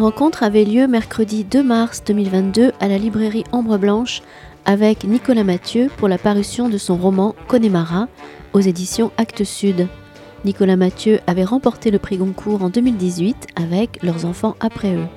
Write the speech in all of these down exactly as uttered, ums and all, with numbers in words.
rencontre avait lieu mercredi deux mars deux mille vingt-deux à la librairie Ambre Blanche avec Nicolas Mathieu pour la parution de son roman Connemara aux éditions Actes Sud. Nicolas Mathieu avait remporté le prix Goncourt en deux mille dix-huit avec Leurs enfants après eux.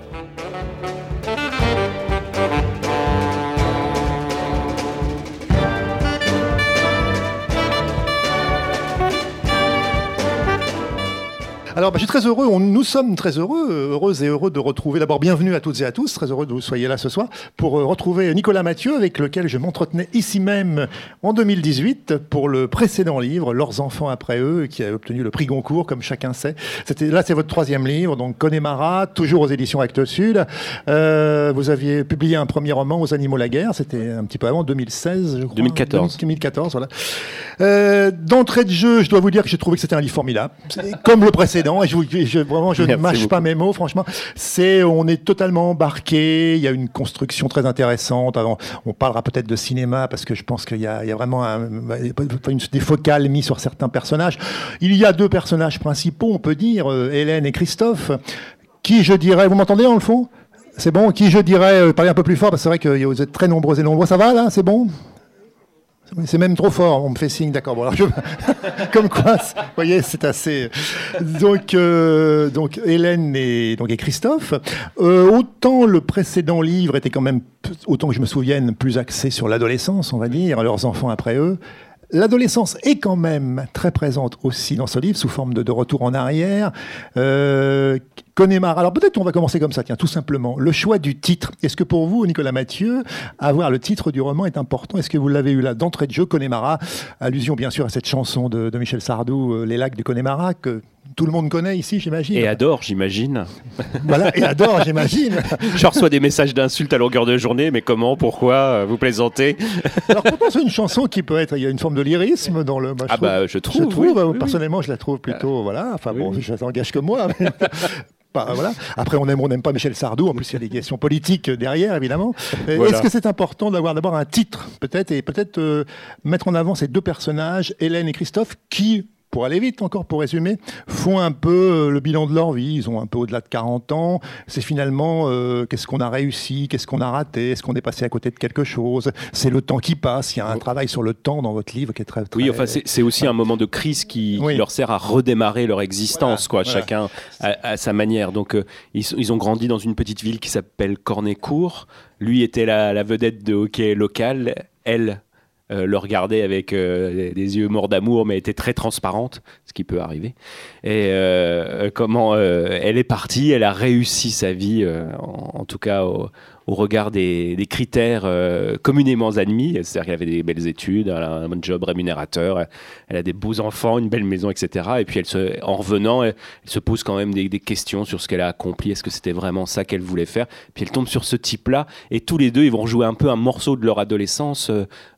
Alors, bah, je suis très heureux, on, nous sommes très heureux, heureuses et heureux de retrouver, d'abord bienvenue à toutes et à tous, très heureux que vous soyez là ce soir, pour euh, retrouver Nicolas Mathieu, avec lequel je m'entretenais ici même en deux mille dix-huit pour le précédent livre, Leurs enfants après eux, qui a obtenu le prix Goncourt, comme chacun sait. C'était, là, c'est votre troisième livre, donc Connemara, toujours aux éditions Actes Sud. Euh, vous aviez publié un premier roman, Aux animaux la guerre, c'était un petit peu avant, deux mille seize, je crois. deux mille quatorze. deux mille quatorze, voilà. Euh, d'entrée de jeu, je dois vous dire que j'ai trouvé que c'était un livre formidable, c'est comme le précédent. Et je, je, vraiment, je ne mâche beaucoup. pas mes mots, franchement. C'est, on est totalement embarqué. Il y a une construction très intéressante. Alors, on parlera peut-être de cinéma parce que je pense qu'il y a, il y a vraiment un, une, des focales mises sur certains personnages. Il y a deux personnages principaux, on peut dire, euh, Hélène et Christophe, qui, je dirais, vous m'entendez dans le fond ? C'est bon. Qui, je dirais, euh, parlez un peu plus fort parce que c'est vrai que vous êtes très nombreux et nombreux. Ça va là ? C'est bon ? C'est même trop fort, on me fait signe, d'accord. Bon, alors je... Comme quoi, vous voyez, c'est assez... Donc, euh, donc Hélène et, donc, et Christophe, euh, autant le précédent livre était quand même, autant que je me souvienne, plus axé sur l'adolescence, on va dire, leurs enfants après eux. L'adolescence est quand même très présente aussi dans ce livre, sous forme de, de retour en arrière. Euh, Connemara. Alors peut-être on va commencer comme ça, tiens, tout simplement. Le choix du titre. Est-ce que pour vous, Nicolas Mathieu, avoir le titre du roman est important ? Est-ce que vous l'avez eu là d'entrée de jeu, Connemara ? Allusion bien sûr à cette chanson de, de Michel Sardou, euh, Les lacs du Connemara, que tout le monde connaît ici, j'imagine. Et adore, j'imagine. Voilà, et adore, j'imagine. Je reçois des messages d'insultes à longueur de journée, mais comment, pourquoi, vous plaisantez ? Alors pourtant, c'est une chanson qui peut être, il y a une forme de lyrisme dans le... Bah, je ah trouve, bah, je trouve, je trouve oui, bah, oui, personnellement, oui. je la trouve plutôt, euh, voilà, enfin oui, bon, oui. ça n'engage que moi, mais... Bah, voilà. Après, on aime ou on n'aime pas Michel Sardou. En plus, il y a des questions politiques derrière, évidemment. Voilà. Est-ce que c'est important d'avoir d'abord un titre, peut-être, et peut-être euh, mettre en avant ces deux personnages, Hélène et Christophe, qui, pour aller vite encore, pour résumer, font un peu euh, le bilan de leur vie. Ils ont un peu au-delà de quarante ans. C'est finalement euh, qu'est-ce qu'on a réussi, qu'est-ce qu'on a raté, est-ce qu'on est passé à côté de quelque chose. C'est le temps qui passe. Il y a un travail sur le temps dans votre livre qui est très... très... Oui, enfin, c'est, c'est aussi un moment de crise qui, oui. qui leur sert à redémarrer leur existence, voilà, quoi, voilà. chacun à, à sa manière. Donc, euh, ils, ils ont grandi dans une petite ville qui s'appelle Cornécourt. Lui était la, la vedette de hockey local. Elle... Euh, le regardait avec euh, des yeux morts d'amour, mais était très transparente, ce qui peut arriver. Et euh, comment euh, elle est partie, elle a réussi sa vie, euh, en, en tout cas au, au regard des, des critères euh, communément admis. C'est-à-dire qu'elle avait des belles études, elle a un job rémunérateur, elle, elle a des beaux enfants, une belle maison, et cetera. Et puis elle se, en revenant, elle, elle se pose quand même des, des questions sur ce qu'elle a accompli. Est-ce que c'était vraiment ça qu'elle voulait faire ? Puis elle tombe sur ce type-là, et tous les deux, ils vont jouer un peu un morceau de leur adolescence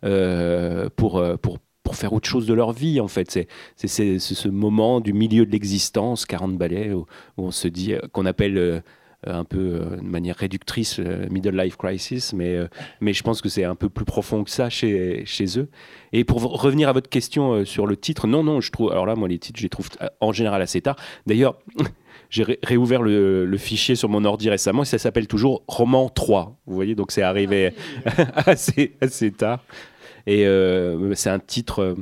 euh, pour, pour, pour faire autre chose de leur vie, en fait. C'est, c'est, c'est, c'est ce moment du milieu de l'existence, quarante balais, où, où on se dit, qu'on appelle... Euh, un peu euh, de manière réductrice, euh, middle life crisis, mais, euh, mais je pense que c'est un peu plus profond que ça chez, chez eux. Et pour v- revenir à votre question euh, sur le titre, non, non, je trouve, alors là, moi, les titres, je les trouve euh, en général assez tard. D'ailleurs, j'ai ré- réouvert le, le fichier sur mon ordi récemment et ça s'appelle toujours Roman trois. Vous voyez, donc c'est arrivé assez, assez tard. Et euh, c'est un titre, euh,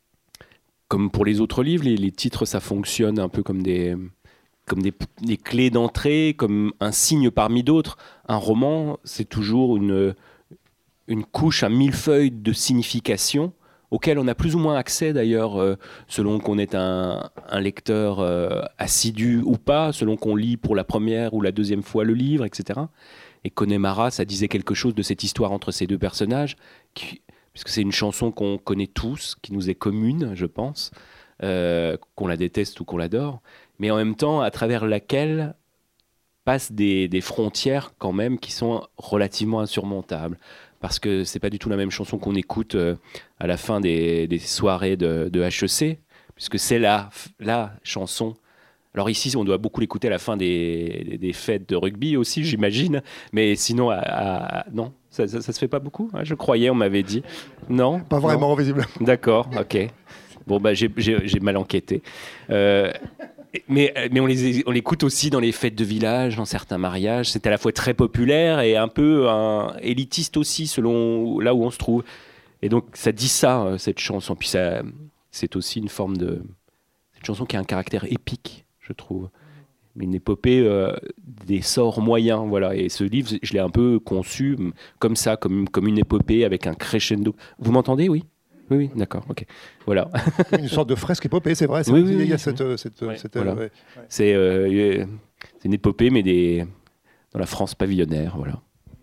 comme pour les autres livres, les, les titres, ça fonctionne un peu comme des... comme des, des clés d'entrée, comme un signe parmi d'autres. Un roman, c'est toujours une, une couche, un millefeuille de signification auquel on a plus ou moins accès d'ailleurs, euh, selon qu'on est un, un lecteur euh, assidu ou pas, selon qu'on lit pour la première ou la deuxième fois le livre, et cetera. Et Connemara, ça disait quelque chose de cette histoire entre ces deux personnages, qui, puisque c'est une chanson qu'on connaît tous, qui nous est commune, je pense, euh, qu'on la déteste ou qu'on l'adore, mais en même temps à travers laquelle passent des, des frontières quand même qui sont relativement insurmontables. Parce que c'est pas du tout la même chanson qu'on écoute euh, à la fin des, des soirées de, de H E C, puisque c'est la, la chanson. Alors ici, on doit beaucoup l'écouter à la fin des, des fêtes de rugby aussi, j'imagine, mais sinon, à, à, non, ça, ça, ça se fait pas beaucoup, hein, je croyais, on m'avait dit. Non ? Pas vraiment, non. visiblement. D'accord, ok. Bon, bah, j'ai, j'ai, j'ai mal enquêté. Euh, Mais, mais on, les, on l'écoute aussi dans les fêtes de village, dans certains mariages. C'est à la fois très populaire et un peu un, élitiste aussi, selon là où on se trouve. Et donc, ça dit ça, cette chanson. Puis ça, c'est aussi une forme de... Cette chanson qui a un caractère épique, je trouve. Une épopée euh, des sorts moyens, voilà. Et ce livre, je l'ai un peu conçu comme ça, comme, comme une épopée avec un crescendo. Vous m'entendez, oui ? Oui, oui, d'accord, ok. Voilà. Une sorte de fresque épopée, c'est vrai. C'est oui, oui, il y a oui. cette, cette, ouais, cette, voilà. ouais, ouais. C'est, euh, c'est une épopée, mais des... dans la France pavillonnaire, voilà.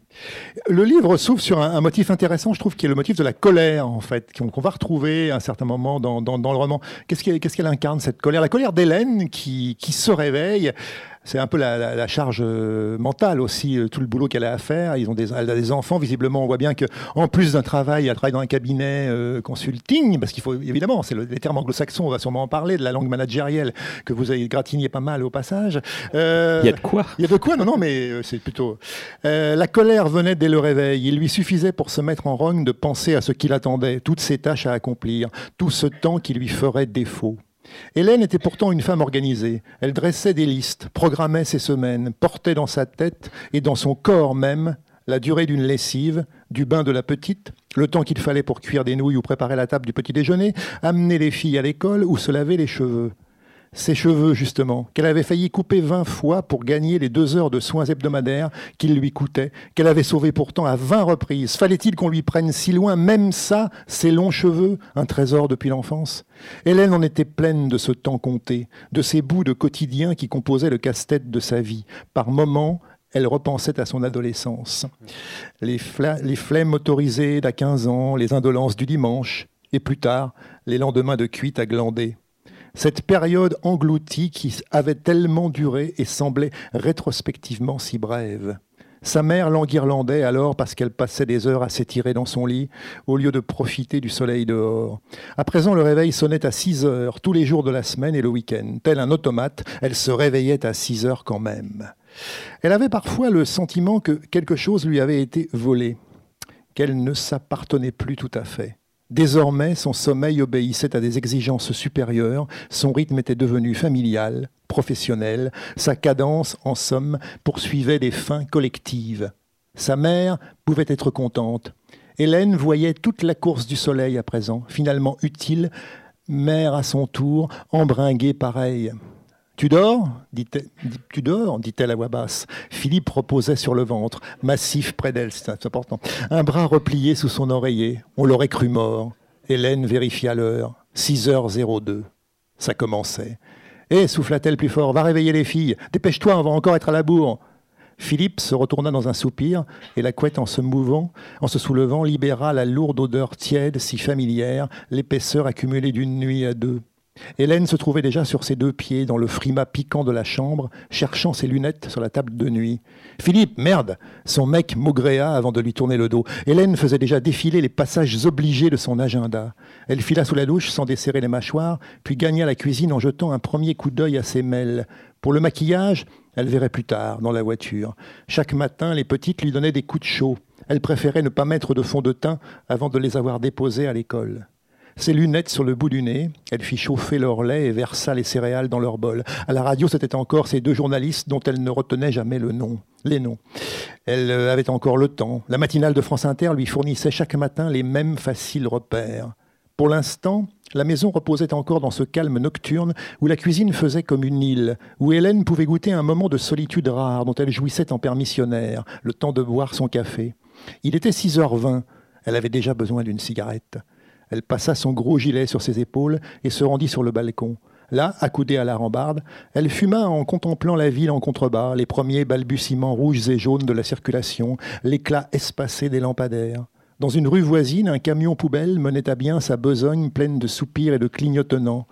Le livre s'ouvre sur un, un motif intéressant, je trouve, qui est le motif de la colère, en fait, qu'on, qu'on va retrouver à un certain moment dans, dans, dans le roman. Qu'est-ce qu'elle, qu'est-ce qu'elle incarne, cette colère ? La colère d'Hélène qui, qui se réveille. C'est un peu la, la, la charge mentale aussi, tout le boulot qu'elle a à faire. Ils ont des, elle a des enfants, visiblement, on voit bien qu'en plus d'un travail, elle travaille dans un cabinet euh, consulting, parce qu'il faut, évidemment, c'est le, les termes anglo-saxons, on va sûrement en parler, de la langue managérielle, que vous avez gratigné pas mal au passage. Euh, il y a de quoi Il y a de quoi, non, non, mais c'est plutôt... Euh, la colère venait dès le réveil. Il lui suffisait pour se mettre en rogne de penser à ce qui l'attendait, toutes ses tâches à accomplir, tout ce temps qui lui ferait défaut. Hélène était pourtant une femme organisée. Elle dressait des listes, programmait ses semaines, portait dans sa tête et dans son corps même la durée d'une lessive, du bain de la petite, le temps qu'il fallait pour cuire des nouilles ou préparer la table du petit déjeuner, amener les filles à l'école ou se laver les cheveux. Ses cheveux, justement, qu'elle avait failli couper vingt fois pour gagner les deux heures de soins hebdomadaires qu'ils lui coûtaient, qu'elle avait sauvés pourtant à vingt reprises. Fallait-il qu'on lui prenne si loin, même ça, ses longs cheveux, un trésor depuis l'enfance ? Hélène en était pleine de ce temps compté, de ces bouts de quotidien qui composaient le casse-tête de sa vie. Par moments, elle repensait à son adolescence. Les, fla- les flemmes autorisées d'à quinze ans, les indolences du dimanche, et plus tard, les lendemains de cuite à glander. Cette période engloutie qui avait tellement duré et semblait rétrospectivement si brève. Sa mère l'enguirlandait alors parce qu'elle passait des heures à s'étirer dans son lit au lieu de profiter du soleil dehors. À présent, le réveil sonnait à six heures tous les jours de la semaine et le week-end. Tel un automate, elle se réveillait à six heures quand même. Elle avait parfois le sentiment que quelque chose lui avait été volé, qu'elle ne s'appartenait plus tout à fait. Désormais, son sommeil obéissait à des exigences supérieures, son rythme était devenu familial, professionnel, sa cadence, en somme, poursuivait des fins collectives. Sa mère pouvait être contente. Hélène voyait toute la course du soleil à présent, finalement utile, mère à son tour, embringuée pareille. « Tu dors ?» dit-elle, tu dors, dit-elle à voix basse. Philippe reposait sur le ventre, massif près d'elle, c'est important. Un bras replié sous son oreiller. On l'aurait cru mort. Hélène vérifia l'heure. six heures zéro deux. Ça commençait. « Hé, souffla-t-elle plus fort, va réveiller les filles. Dépêche-toi, on va encore être à la bourre. » Philippe se retourna dans un soupir, et la couette, en se mouvant, en se soulevant, libéra la lourde odeur tiède, si familière, l'épaisseur accumulée d'une nuit à deux. Hélène se trouvait déjà sur ses deux pieds, dans le frimas piquant de la chambre, cherchant ses lunettes sur la table de nuit. « Philippe, merde !» Son mec maugréa avant de lui tourner le dos. Hélène faisait déjà défiler les passages obligés de son agenda. Elle fila sous la douche sans desserrer les mâchoires, puis gagna la cuisine en jetant un premier coup d'œil à ses mêles. Pour le maquillage, elle verrait plus tard, dans la voiture. Chaque matin, les petites lui donnaient des coups de chaud. Elle préférait ne pas mettre de fond de teint avant de les avoir déposées à l'école. Ses lunettes sur le bout du nez, elle fit chauffer leur lait et versa les céréales dans leur bol. À la radio, c'était encore ces deux journalistes dont elle ne retenait jamais le nom, les noms. Elle avait encore le temps. La matinale de France Inter lui fournissait chaque matin les mêmes faciles repères. Pour l'instant, la maison reposait encore dans ce calme nocturne où la cuisine faisait comme une île, où Hélène pouvait goûter un moment de solitude rare dont elle jouissait en permissionnaire, le temps de boire son café. Il était six heures vingt. Elle avait déjà besoin d'une cigarette. Elle passa son gros gilet sur ses épaules et se rendit sur le balcon. Là, accoudée à la rambarde, elle fuma en contemplant la ville en contrebas, les premiers balbutiements rouges et jaunes de la circulation, l'éclat espacé des lampadaires. Dans une rue voisine, un camion poubelle menait à bien sa besogne pleine de soupirs et de clignotants.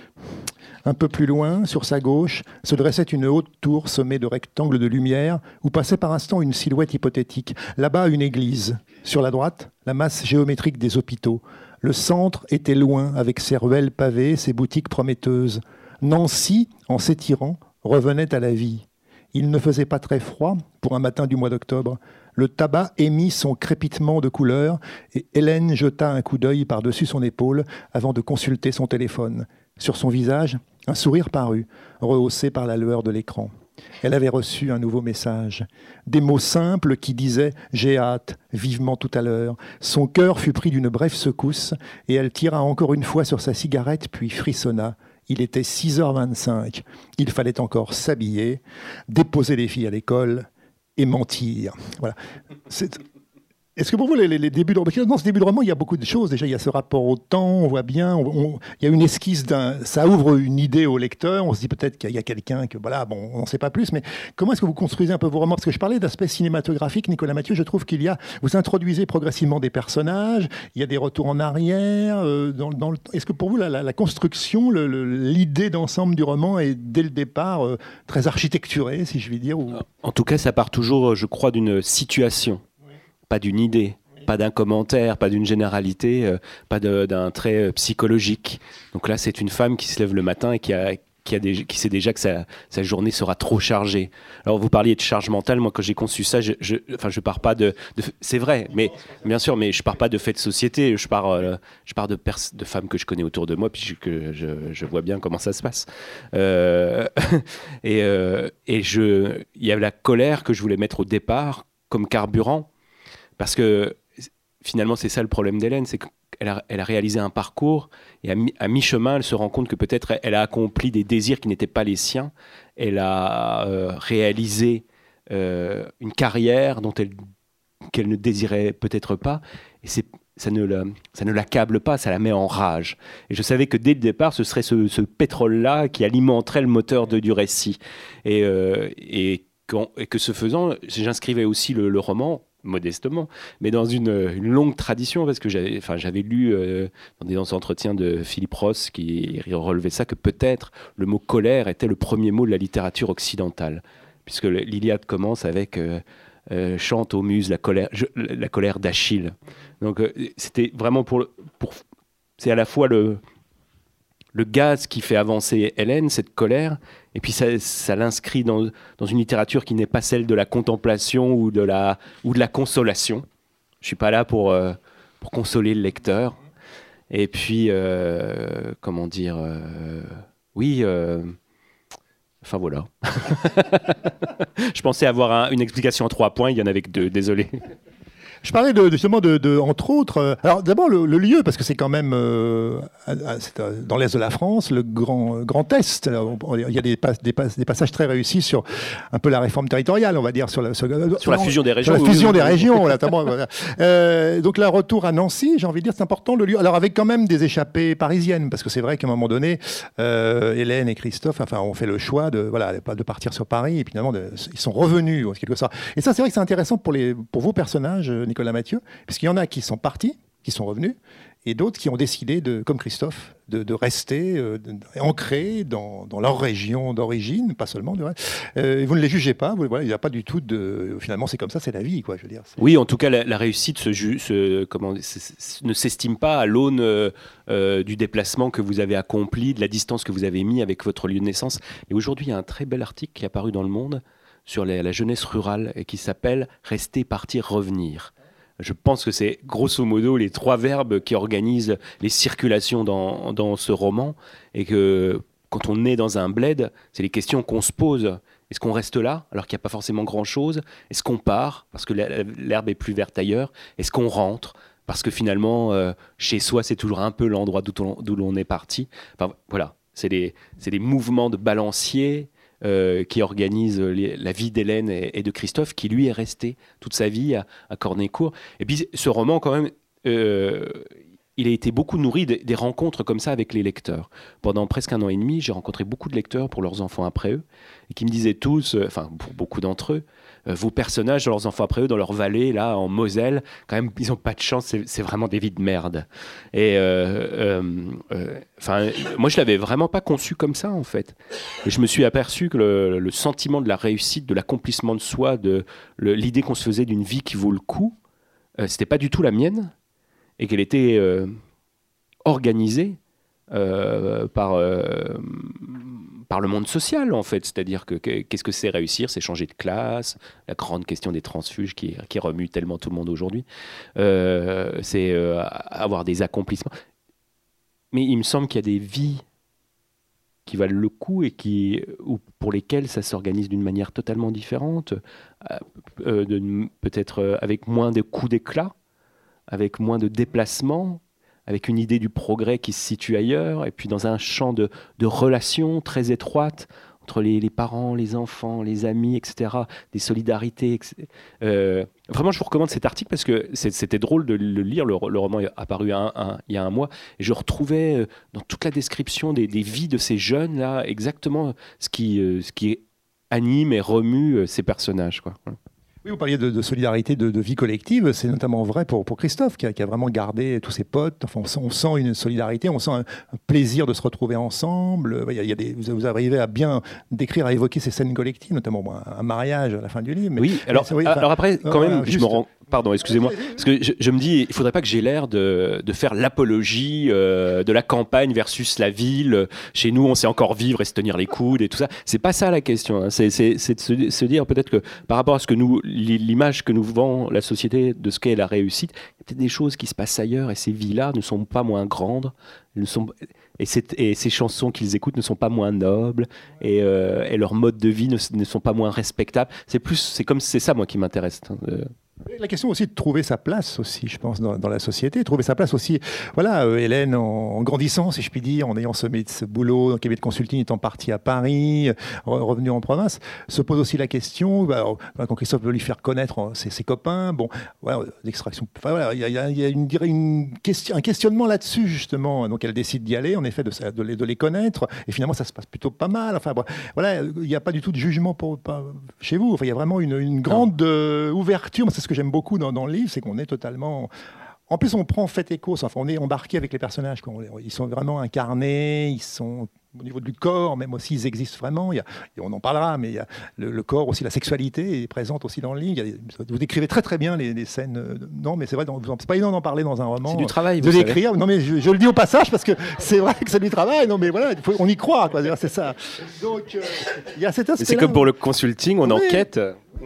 Un peu plus loin, sur sa gauche, se dressait une haute tour semée de rectangles de lumière où passait par instant une silhouette hypothétique. Là-bas, une église. Sur la droite, la masse géométrique des hôpitaux. Le centre était loin, avec ses ruelles pavées, ses boutiques prometteuses. Nancy, en s'étirant, revenait à la vie. Il ne faisait pas très froid pour un matin du mois d'octobre. Le tabac émit son crépitement de couleur et Hélène jeta un coup d'œil par-dessus son épaule avant de consulter son téléphone. Sur son visage, Un sourire parut, rehaussé par la lueur de l'écran. Elle avait reçu un nouveau message. Des mots simples qui disaient « J'ai hâte, vivement tout à l'heure ». Son cœur fut pris d'une brève secousse et elle tira encore une fois sur sa cigarette puis frissonna. Il était six heures vingt-cinq. Il fallait encore s'habiller, déposer les filles à l'école et mentir. Voilà. C'est... Est-ce que pour vous, les, les débuts de roman, dans ce début de roman, il y a beaucoup de choses. Déjà, il y a ce rapport au temps, on voit bien, on, on, il y a une esquisse d'un, ça ouvre une idée au lecteur. On se dit peut-être qu'il y a quelqu'un que, voilà, bon, on n'en sait pas plus. Mais comment est-ce que vous construisez un peu vos romans? Parce que je parlais d'aspect cinématographique, Nicolas Mathieu. Je trouve qu'il y a, vous introduisez progressivement des personnages. Il y a des retours en arrière. Euh, dans, dans le, est-ce que pour vous, la, la, la construction, le, le, l'idée d'ensemble du roman est dès le départ euh, très architecturée, si je puis dire ou... En tout cas, ça part toujours, je crois, d'une situation. Pas d'une idée, pas d'un commentaire, pas d'une généralité, euh, pas de, d'un trait euh, psychologique. Donc là, c'est une femme qui se lève le matin et qui, a, qui, a des, qui sait déjà que sa, sa journée sera trop chargée. Alors, vous parliez de charge mentale. Moi, quand j'ai conçu ça, je, je, enfin, je pars pas de, de... C'est vrai, mais bien sûr, mais je pars pas de faits de société. Je pars, euh, je pars de, pers- de femmes que je connais autour de moi, puis que je, je vois bien comment ça se passe. Euh, et euh, et je, il y a la colère que je voulais mettre au départ comme carburant. Parce que finalement, c'est ça le problème d'Hélène, c'est qu'elle a, elle a réalisé un parcours et à, mi, à mi-chemin, elle se rend compte que peut-être elle a accompli des désirs qui n'étaient pas les siens. Elle a euh, réalisé euh, une carrière dont elle, qu'elle ne désirait peut-être pas. Et c'est, ça, ne la, ça ne l'accable pas, ça la met en rage. Et je savais que dès le départ, ce serait ce, ce pétrole-là qui alimenterait le moteur de, du récit. Et, euh, et, quand, et que ce faisant, j'inscrivais aussi le, le roman modestement, mais dans une, une longue tradition, parce que j'avais, enfin, j'avais lu euh, dans des entretiens de Philippe Ross qui relevait ça, que peut-être le mot colère était le premier mot de la littérature occidentale, puisque l'Iliade commence avec euh, euh, chante aux muses la colère, je, la colère d'Achille. Donc euh, c'était vraiment pour, pour, c'est à la fois le le gaz qui fait avancer Hélène, cette colère, et puis ça, ça l'inscrit dans, dans une littérature qui n'est pas celle de la contemplation ou de la, ou de la consolation. Je ne suis pas là pour, euh, pour consoler le lecteur. Et puis, euh, comment dire... Euh, oui... Euh, enfin, voilà. Je pensais avoir un, une explication en trois points, il y en avait que deux, désolé. Je parlais de, justement de, de, entre autres, euh, alors d'abord le, le lieu, parce que c'est quand même euh, c'est dans l'est de la France, le Grand, grand Est. Alors, il y a des, pas, des, pas, des passages très réussis sur un peu la réforme territoriale, on va dire, sur la, sur, sur la fusion des régions. Sur la fusion oui, des oui, régions, voilà, voilà. Euh, donc là, retour à Nancy, j'ai envie de dire, c'est important le lieu. Alors avec quand même des échappées parisiennes, parce que c'est vrai qu'à un moment donné, euh, Hélène et Christophe, enfin, ont fait le choix de, voilà, de partir sur Paris, et puis finalement, de, ils sont revenus, en quelque sorte. Et ça, c'est vrai que c'est intéressant pour, les, pour vos personnages, Nicolas Mathieu, parce qu'il y en a qui sont partis, qui sont revenus, et d'autres qui ont décidé, de, comme Christophe, de, de rester euh, de, ancrés dans, dans leur région d'origine, pas seulement. De, euh, vous ne les jugez pas, vous, voilà, il n'y a pas du tout de... Finalement, c'est comme ça, c'est la vie, quoi, je veux dire. C'est... Oui, en tout cas, la, la réussite se, se, comment, ne s'estime pas à l'aune euh, euh, du déplacement que vous avez accompli, de la distance que vous avez mis avec votre lieu de naissance. Et aujourd'hui, il y a un très bel article qui est apparu dans Le Monde sur les, la jeunesse rurale et qui s'appelle « Rester, partir, revenir ». Je pense que c'est grosso modo les trois verbes qui organisent les circulations dans, dans ce roman, et que quand on est dans un bled, c'est les questions qu'on se pose. Est-ce qu'on reste là alors qu'il n'y a pas forcément grand-chose? Est-ce qu'on part parce que l'herbe est plus verte ailleurs? Est-ce qu'on rentre parce que finalement, euh, chez soi, c'est toujours un peu l'endroit d'où on, d'où l'on est parti? Enfin, voilà, c'est des, c'est des mouvements de balancier Euh, qui organise les, la vie d'Hélène et, et de Christophe, qui lui est resté toute sa vie à, à Cornécourt. Et puis ce roman, quand même, euh, il a été beaucoup nourri de, des rencontres comme ça avec les lecteurs. Pendant presque un an et demi, j'ai rencontré beaucoup de lecteurs pour leurs enfants après eux, et qui me disaient tous, euh, enfin pour beaucoup d'entre eux, euh, vos personnages, leurs enfants après eux, dans leur vallée, là, en Moselle, quand même, ils n'ont pas de chance, c'est, c'est vraiment des vies de merde. Et euh, euh, euh, moi, je ne l'avais vraiment pas conçu comme ça, en fait. Et je me suis aperçu que le, le sentiment de la réussite, de l'accomplissement de soi, de le, l'idée qu'on se faisait d'une vie qui vaut le coup, euh, ce n'était pas du tout la mienne, et qu'elle était euh, organisée euh, par, euh, par le monde social, en fait. C'est-à-dire que qu'est-ce que c'est réussir? C'est changer de classe, la grande question des transfuges qui, qui remue tellement tout le monde aujourd'hui. Euh, c'est euh, avoir des accomplissements. Mais il me semble qu'il y a des vies qui valent le coup et qui, ou pour lesquels ça s'organise d'une manière totalement différente, euh, de, peut-être avec moins de coups d'éclat, avec moins de déplacements, avec une idée du progrès qui se situe ailleurs, et puis dans un champ de, de relations très étroites entre les, les parents, les enfants, les amis, et cetera, des solidarités. et cetera. Euh, vraiment, je vous recommande cet article parce que c'était drôle de le lire. Le, le roman est apparu un, un, il y a un mois, et je retrouvais dans toute la description des, des vies de ces jeunes-là exactement ce qui, ce qui anime et remue ces personnages, quoi. Oui, vous parliez de, de solidarité, de, de vie collective. C'est notamment vrai pour, pour Christophe, qui a, qui a vraiment gardé tous ses potes. Enfin, on, sent, on sent une solidarité, on sent un, un plaisir de se retrouver ensemble. Il y a, il y a des, vous arrivez à bien décrire, à évoquer ces scènes collectives, notamment bon, un mariage à la fin du livre. Mais, oui, alors, mais oui, alors après, quand euh, même, juste... je me rends... Pardon, excusez-moi. Parce que je, je me dis, il ne faudrait pas que j'ai l'air de, de faire l'apologie euh, de la campagne versus la ville. Chez nous, on sait encore vivre et se tenir les coudes et tout ça. C'est pas ça la question. Hein. C'est, c'est, c'est de se, se dire peut-être que par rapport à ce que nous, l'image que nous vend la société de ce qu'est la réussite, il y a peut-être des choses qui se passent ailleurs et ces vies-là ne sont pas moins grandes. Ne sont, et, et ces chansons qu'ils écoutent ne sont pas moins nobles et, euh, et leurs modes de vie ne, ne sont pas moins respectables. C'est plus, c'est comme c'est ça moi qui m'intéresse. Hein, de, La question aussi de trouver sa place aussi, je pense, dans, dans la société. Trouver sa place aussi, voilà, euh, Hélène, en, en grandissant, si je puis dire, en ayant ce, ce boulot dans le cabinet de consulting, étant partie à Paris, re, revenue en province, se pose aussi la question, bah, alors, quand Christophe veut lui faire connaître hein, ses, ses copains, bon, voilà, l'extraction, enfin, voilà, il y a, y a, y a une, une question, un questionnement là-dessus, justement. Donc elle décide d'y aller, en effet, de, de, les, de les connaître, et finalement, ça se passe plutôt pas mal. Enfin, voilà, il n'y a pas du tout de jugement pour, pas, chez vous. Enfin, il y a vraiment une, une grande euh, ouverture. C'est ce que j'aime beaucoup dans, dans le livre, c'est qu'on est totalement... En plus, on prend fait écho, enfin, on est embarqué avec les personnages. Quoi. Ils sont vraiment incarnés, ils sont au niveau du corps, même aussi, ils existent vraiment. Il y a, on en parlera, mais il y a le, le corps aussi, la sexualité est présente aussi dans le livre. Il y a, vous décrivez très très bien les, les scènes. Non, mais c'est vrai, c'est pas évident d'en parler dans un roman. C'est du travail, de vous l'écrire. savez. Non, mais je, je le dis au passage parce que c'est vrai que c'est du travail. Non, mais voilà, il faut, on y croit, quoi. C'est ça. Donc, euh, il y a cet aspect. C'est comme pour le consulting, on oui. enquête.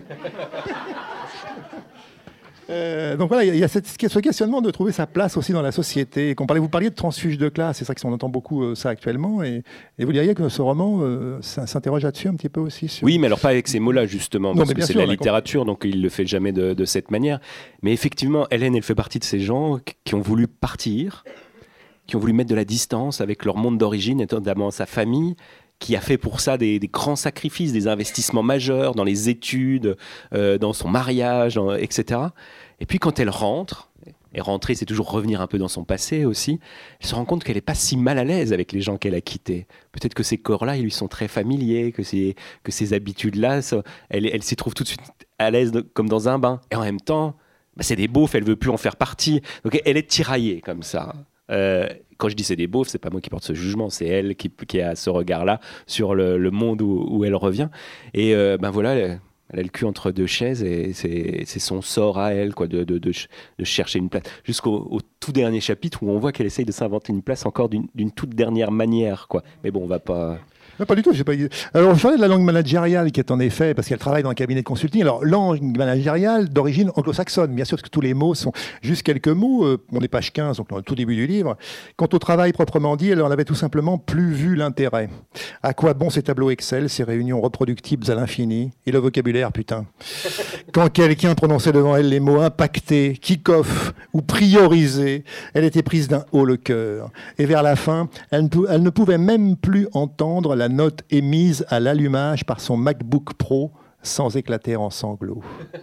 Euh, donc voilà, il y a cette, ce questionnement de trouver sa place aussi dans la société. Qu'on parlait, vous parliez de transfuge de classe, c'est ça qu'on entend beaucoup euh, ça actuellement. Et, et vous diriez que ce roman euh, s'interroge là-dessus un petit peu aussi sur... Oui, mais alors pas avec ces mots-là justement, parce non, que c'est sûr, de la littérature, donc il le fait jamais de, de cette manière. Mais effectivement, Hélène, elle fait partie de ces gens qui ont voulu partir, qui ont voulu mettre de la distance avec leur monde d'origine, et notamment sa famille, qui a fait pour ça des, des grands sacrifices, des investissements majeurs dans les études, euh, dans son mariage, en, et cetera. Et puis quand elle rentre, et rentrer c'est toujours revenir un peu dans son passé aussi, elle se rend compte qu'elle n'est pas si mal à l'aise avec les gens qu'elle a quittés. Peut-être que ces corps-là, ils lui sont très familiers, que ces, que ces habitudes-là, ça, elle, elle s'y trouve tout de suite à l'aise de, comme dans un bain. Et en même temps, bah, c'est des beaufs, elle ne veut plus en faire partie. Donc elle est tiraillée comme ça. Euh, quand je dis c'est des beaufs, c'est pas moi qui porte ce jugement, c'est elle qui, qui a ce regard-là sur le, le monde où, où elle revient. Et euh, ben voilà, elle, elle a le cul entre deux chaises et c'est, c'est son sort à elle, quoi, de, de, de, de chercher une place. Jusqu'au au tout dernier chapitre où on voit qu'elle essaye de s'inventer une place encore d'une, d'une toute dernière manière, quoi. Mais bon, on va pas... Non, pas du tout. J'ai pas... Alors, je parlais de la langue managériale qui est en effet, parce qu'elle travaille dans un cabinet de consulting. Alors, langue managériale d'origine anglo-saxonne, bien sûr, parce que tous les mots sont juste quelques mots. Euh, on est page quinze, donc au tout début du livre. Quant au travail proprement dit, elle en avait tout simplement plus vu l'intérêt. À quoi bon ces tableaux Excel, ces réunions reproductibles à l'infini, et le vocabulaire, putain. Quand quelqu'un prononçait devant elle les mots impactés, kick-off ou priorisés, elle était prise d'un haut le cœur. Et vers la fin, elle ne, pou- elle ne pouvait même plus entendre la note émise à l'allumage par son MacBook Pro sans éclater en sanglots.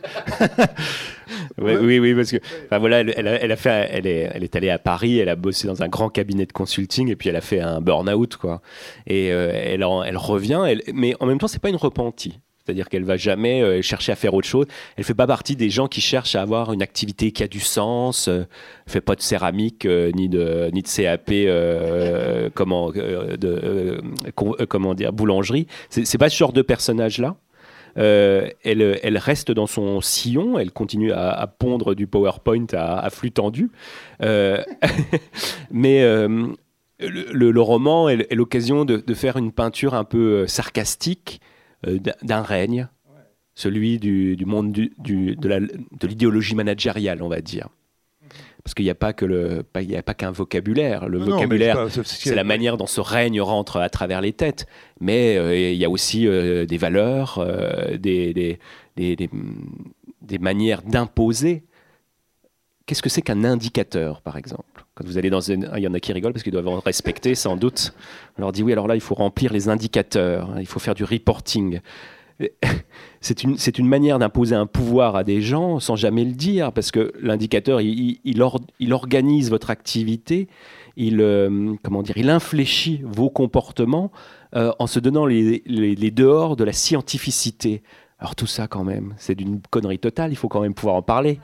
oui, oui, oui, parce que enfin, voilà, elle, elle, a, elle, a fait, elle, est, elle est allée à Paris, elle a bossé dans un grand cabinet de consulting et puis elle a fait un burn-out, quoi. Et euh, elle, en, elle revient, elle, mais en même temps, c'est pas une repentie. C'est-à-dire qu'elle ne va jamais euh, chercher à faire autre chose. Elle ne fait pas partie des gens qui cherchent à avoir une activité qui a du sens. Elle ne fait pas de céramique, euh, ni, de, ni de C A P, euh, comment, euh, de, euh, con, euh, comment dire, boulangerie. Ce n'est pas ce genre de personnage-là. Euh, elle, elle reste dans son sillon, elle continue à, à pondre du PowerPoint à, à flux tendu. Euh, mais... Euh, le, le, le roman est, est l'occasion de, de faire une peinture un peu sarcastique d'un règne, celui du, du monde du, du, de, la, de l'idéologie managériale, on va dire. Parce qu'il n'y a pas que le, pas, il y a pas qu'un vocabulaire. Le non, vocabulaire, non, c'est, pas, c'est, c'est la manière dont ce règne rentre à travers les têtes. Mais euh, il y a aussi euh, des valeurs, euh, des, des, des, des, des manières d'imposer. Qu'est-ce que c'est qu'un indicateur, par exemple ? Quand vous allez dans une... Il y en a qui rigolent parce qu'ils doivent en respecter, sans doute. On leur dit, oui, alors là, il faut remplir les indicateurs, il faut faire du reporting. C'est une, c'est une manière d'imposer un pouvoir à des gens sans jamais le dire, parce que l'indicateur, il, il, or, il organise votre activité, il, euh, comment dire, il infléchit vos comportements euh, en se donnant les, les, les dehors de la scientificité. Alors tout ça, quand même, c'est d'une connerie totale, il faut quand même pouvoir en parler.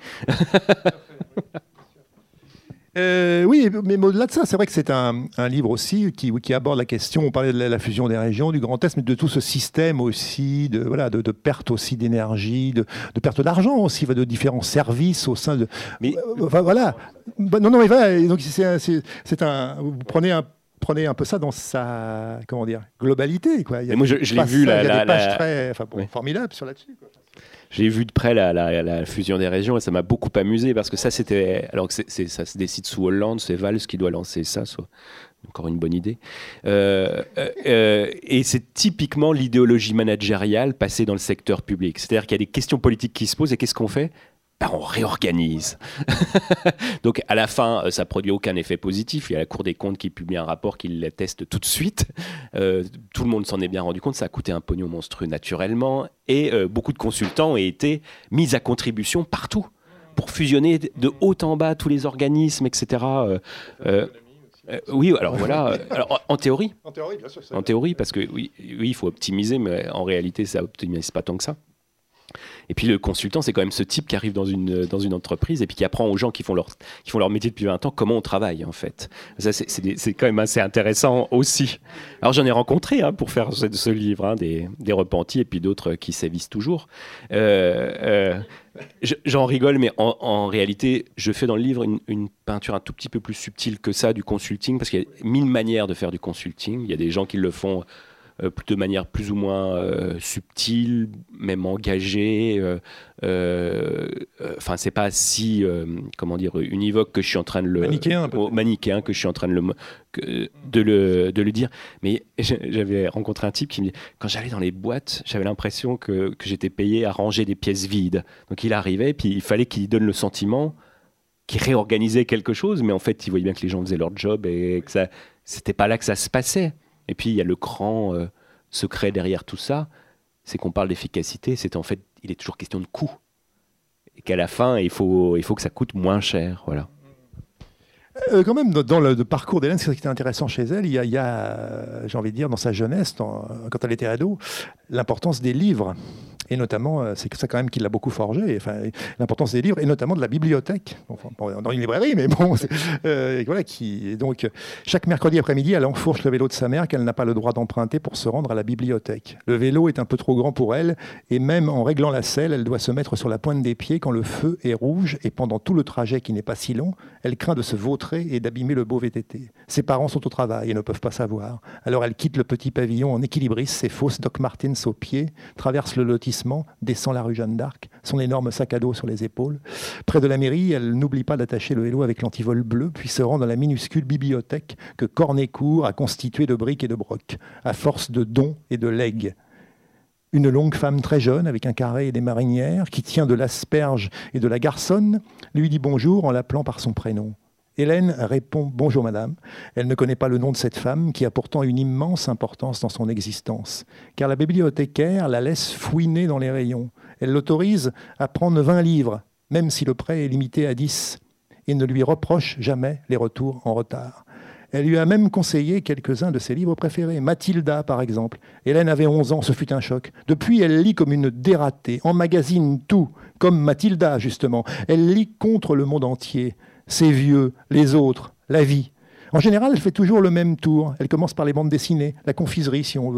Euh, oui, mais au-delà de ça, c'est vrai que c'est un, un livre aussi qui, qui aborde la question, on parlait de la, la fusion des régions, du Grand Est, mais de tout ce système aussi, de, voilà, de, de perte aussi d'énergie, de, de perte d'argent aussi, de différents services au sein de... Mais... Enfin, voilà. Bah, non, non, mais voilà, donc c'est, c'est, c'est un... Vous prenez un... Prenez un peu ça dans sa, comment dire, globalité, quoi. Il y a moi, je, je l'ai vu, là, il y a la, des pages la... très, enfin, bon, oui. formidables sur là-dessus, quoi. J'ai vu de près la, la, la fusion des régions et ça m'a beaucoup amusé parce que ça, c'était. Alors que c'est, c'est, ça se décide sous Hollande, c'est Valls qui doit lancer ça, soit encore une bonne idée. Euh, euh, et c'est typiquement l'idéologie managériale passée dans le secteur public. C'est-à-dire qu'il y a des questions politiques qui se posent et qu'est-ce qu'on fait ? Ben, on réorganise. Donc à la fin, ça produit aucun effet positif. Il y a la Cour des comptes qui publie un rapport qui l'atteste tout de suite. Euh, tout le monde s'en est bien rendu compte. Ça a coûté un pognon monstrueux naturellement. Et euh, beaucoup de consultants ont été mis à contribution partout pour fusionner de haut en bas tous les organismes, et cetera. Euh, euh, euh, oui, alors voilà. Alors, en théorie. En théorie, bien sûr. En théorie, parce que oui, oui, il faut optimiser, mais en réalité, ça n'optimise pas tant que ça. Et puis le consultant, c'est quand même ce type qui arrive dans une, dans une entreprise et puis qui apprend aux gens qui font, leur, qui font leur métier depuis vingt ans comment on travaille en fait. Ça, c'est, c'est, des, c'est quand même assez intéressant aussi. Alors j'en ai rencontré hein, pour faire ce, ce livre, hein, des, des repentis et puis d'autres qui sévissent toujours. Euh, euh, j'en rigole, mais en, en réalité, je fais dans le livre une, une peinture un tout petit peu plus subtile que ça du consulting, parce qu'il y a mille manières de faire du consulting. Il y a des gens qui le font de manière plus ou moins euh, subtile, même engagée. Enfin, euh, euh, c'est pas si, euh, comment dire, univoque que je suis en train de le... Manichéen, oh, manichéen que je suis en train de le, que, de le, de le dire. Mais j'avais rencontré un type qui me dit, quand j'allais dans les boîtes, j'avais l'impression que, que j'étais payé à ranger des pièces vides. Donc il arrivait, puis il fallait qu'il donne le sentiment qu'il réorganisait quelque chose, mais en fait, il voyait bien que les gens faisaient leur job et que ça, c'était pas là que ça se passait. Et puis, il y a le cran euh, secret derrière tout ça, c'est qu'on parle d'efficacité, c'est en fait, il est toujours question de coût. Et qu'à la fin, il faut, il faut que ça coûte moins cher, voilà. Euh, quand même, dans le, le parcours d'Hélène, ce qui était intéressant chez elle, il y a, il y a j'ai envie de dire, dans sa jeunesse, dans, quand elle était ado, l'importance des livres. Et notamment, c'est ça quand même qui l'a beaucoup forgé, enfin, l'importance des livres, et notamment de la bibliothèque, enfin, dans une librairie, mais bon, euh, voilà, qui, donc, chaque mercredi après-midi, elle enfourche le vélo de sa mère qu'elle n'a pas le droit d'emprunter pour se rendre à la bibliothèque. Le vélo est un peu trop grand pour elle, et même en réglant la selle, elle doit se mettre sur la pointe des pieds quand le feu est rouge, et pendant tout le trajet qui n'est pas si long, elle craint de se vautrer et d'abîmer le beau V T T. Ses parents sont au travail et ne peuvent pas savoir. Alors elle quitte le petit pavillon en équilibriste, ses fausses Doc Martens aux pieds, traverse le lotissement, descend la rue Jeanne d'Arc, son énorme sac à dos sur les épaules. Près de la mairie, elle n'oublie pas d'attacher le vélo avec l'antivol bleu, puis se rend dans la minuscule bibliothèque que Cornécourt a constituée de briques et de brocs, à force de dons et de legs. Une longue femme très jeune, avec un carré et des marinières, qui tient de l'asperge et de la garçonne, lui dit bonjour en l'appelant par son prénom. Hélène répond « Bonjour madame ». Elle ne connaît pas le nom de cette femme qui a pourtant une immense importance dans son existence. Car la bibliothécaire la laisse fouiner dans les rayons. Elle l'autorise à prendre vingt livres, même si le prêt est limité à dix, et ne lui reproche jamais les retours en retard. Elle lui a même conseillé quelques-uns de ses livres préférés. Mathilda, par exemple. Hélène avait onze ans, ce fut un choc. Depuis, elle lit comme une dératée, emmagasine tout, comme Mathilda, justement. Elle lit contre le monde entier. Ses vieux, les autres, la vie. En général, elle fait toujours le même tour. Elle commence par les bandes dessinées, la confiserie si on veut.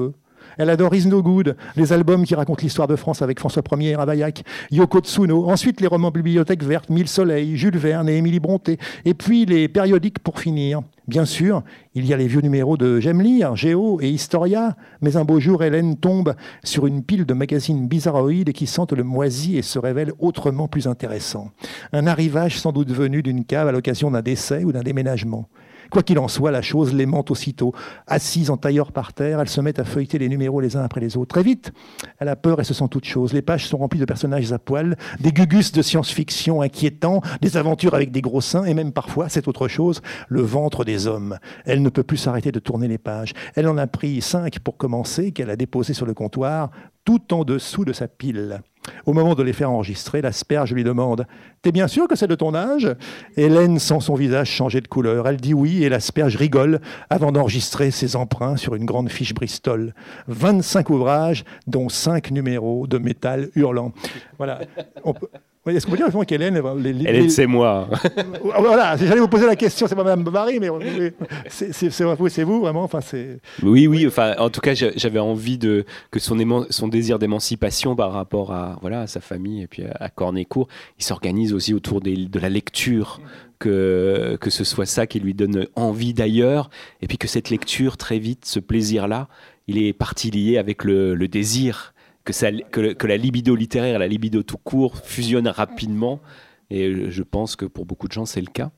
Elle adore Is No Good, les albums qui racontent l'histoire de France avec François Ier et Ravaillac, Yoko Tsuno, ensuite les romans Bibliothèque Verte, Mille Soleils, Jules Verne et Émilie Brontë, et puis les périodiques pour finir. Bien sûr, il y a les vieux numéros de J'aime lire, Géo et Historia, mais un beau jour, Hélène tombe sur une pile de magazines bizarroïdes qui sentent le moisi et se révèlent autrement plus intéressants. Un arrivage sans doute venu d'une cave à l'occasion d'un décès ou d'un déménagement. Quoi qu'il en soit, la chose l'aimante aussitôt. Assise en tailleur par terre, elle se met à feuilleter les numéros les uns après les autres. Très vite, elle a peur et se sent toute chose. Les pages sont remplies de personnages à poil, des gugus de science-fiction inquiétants, des aventures avec des gros seins et même parfois, c'est autre chose, le ventre des hommes. Elle ne peut plus s'arrêter de tourner les pages. Elle en a pris cinq pour commencer, qu'elle a déposées sur le comptoir, tout en dessous de sa pile. Au moment de les faire enregistrer, l'asperge lui demande « T'es bien sûr que c'est de ton âge ?» Hélène sent son visage changer de couleur. Elle dit oui et l'asperge rigole avant d'enregistrer ses emprunts sur une grande fiche Bristol. vingt-cinq ouvrages, dont cinq numéros de métal hurlant. Voilà. On peut... Est-ce qu'on peut dire qu'Hélène... Les, les, Hélène, c'est moi. Voilà, j'allais vous poser la question, c'est pas Mme Bovary, mais c'est, c'est, c'est, c'est vous, vraiment enfin, c'est... Oui, oui, enfin, en tout cas, j'avais envie de, que son, éman, son désir d'émancipation par rapport à, voilà, à sa famille et puis à, à Cornécourt, il s'organise aussi autour des, de la lecture, que, que ce soit ça qui lui donne envie d'ailleurs, et puis que cette lecture, très vite, ce plaisir-là, il est parti lié avec le, le désir. Que, ça, que, que la libido littéraire et la libido tout court fusionnent rapidement. Et je pense que pour beaucoup de gens, c'est le cas.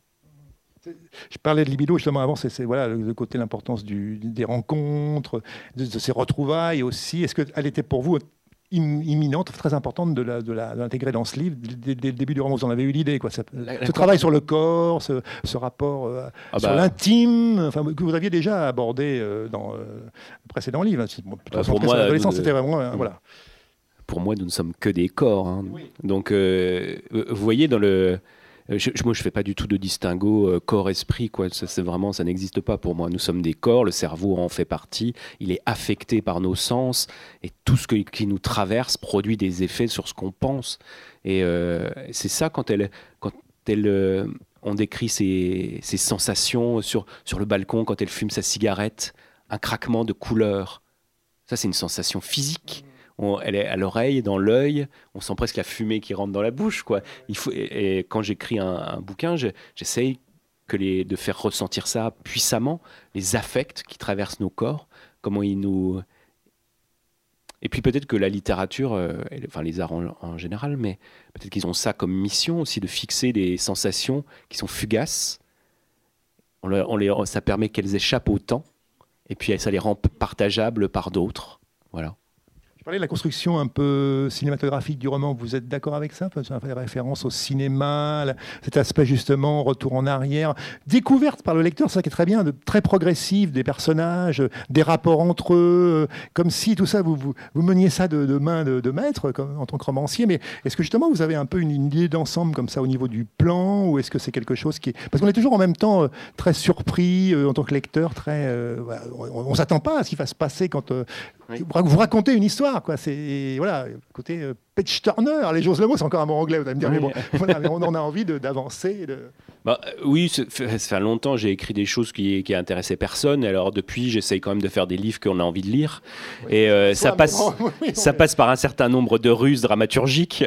Je parlais de libido justement avant, c'est, c'est voilà, le côté, l'importance du, des rencontres, de, de ces retrouvailles aussi. Est-ce qu'elle était pour vous imminente, très importante de, la, de, la, de l'intégrer dans ce livre dès, dès le début du roman? Vous en avez eu l'idée, quoi. Ça, la, la ce travail sur le corps, ce, ce rapport euh, ah sur bah, l'intime, enfin, que vous aviez déjà abordé euh, dans euh, le précédent livre. Bon, bah, pour moi, l'adolescence, euh, c'était vraiment euh, voilà. Pour moi, nous ne sommes que des corps. Hein. Oui. Donc, euh, vous voyez dans le Je, moi, je ne fais pas du tout de distinguo euh, corps-esprit, quoi. Ça, c'est vraiment, ça n'existe pas pour moi. Nous sommes des corps, le cerveau en fait partie, il est affecté par nos sens, et tout ce que, qui nous traverse produit des effets sur ce qu'on pense. Et euh, c'est ça, quand, elle, quand elle, euh, on décrit ses, ses sensations sur, sur le balcon, quand elle fume sa cigarette, un craquement de couleur. Ça, c'est une sensation physique. On, elle est à l'oreille, dans l'œil, on sent presque la fumée qui rentre dans la bouche, quoi. Il faut, et, et quand j'écris un, un bouquin, je, j'essaye que les, de faire ressentir ça puissamment, les affects qui traversent nos corps, comment ils nous... Et puis peut-être que la littérature, euh, enfin les arts en, en général, mais peut-être qu'ils ont ça comme mission aussi, de fixer des sensations qui sont fugaces. On le, on les, ça permet qu'elles échappent au temps, et puis ça les rend partageables par d'autres. Voilà. Vous parlez de la construction un peu cinématographique du roman, vous êtes d'accord avec ça? Ça fait référence au cinéma, cet aspect justement, retour en arrière, découverte par le lecteur, c'est ça qui est très bien, de, très progressif, des personnages, des rapports entre eux, comme si tout ça, vous, vous, vous meniez ça de, de main de, de maître comme, en tant que romancier, mais est-ce que justement vous avez un peu une, une idée d'ensemble comme ça au niveau du plan, ou est-ce que c'est quelque chose qui est... Parce qu'on est toujours en même temps euh, très surpris euh, en tant que lecteur, très, euh, on ne s'attend pas à ce qui va se passer quand euh, oui. vous racontez une histoire. Quoi. C'est voilà, côté euh, page turner, les choses le mot, c'est encore un mot anglais, vous allez me dire, oui. mais bon, voilà, mais on en a envie de, d'avancer. De... Bah, oui, ça fait longtemps, j'ai écrit des choses qui, qui intéressaient personne, alors depuis, j'essaye quand même de faire des livres qu'on a envie de lire, oui. et euh, ça, passe, oui, ça passe par un certain nombre de ruses dramaturgiques,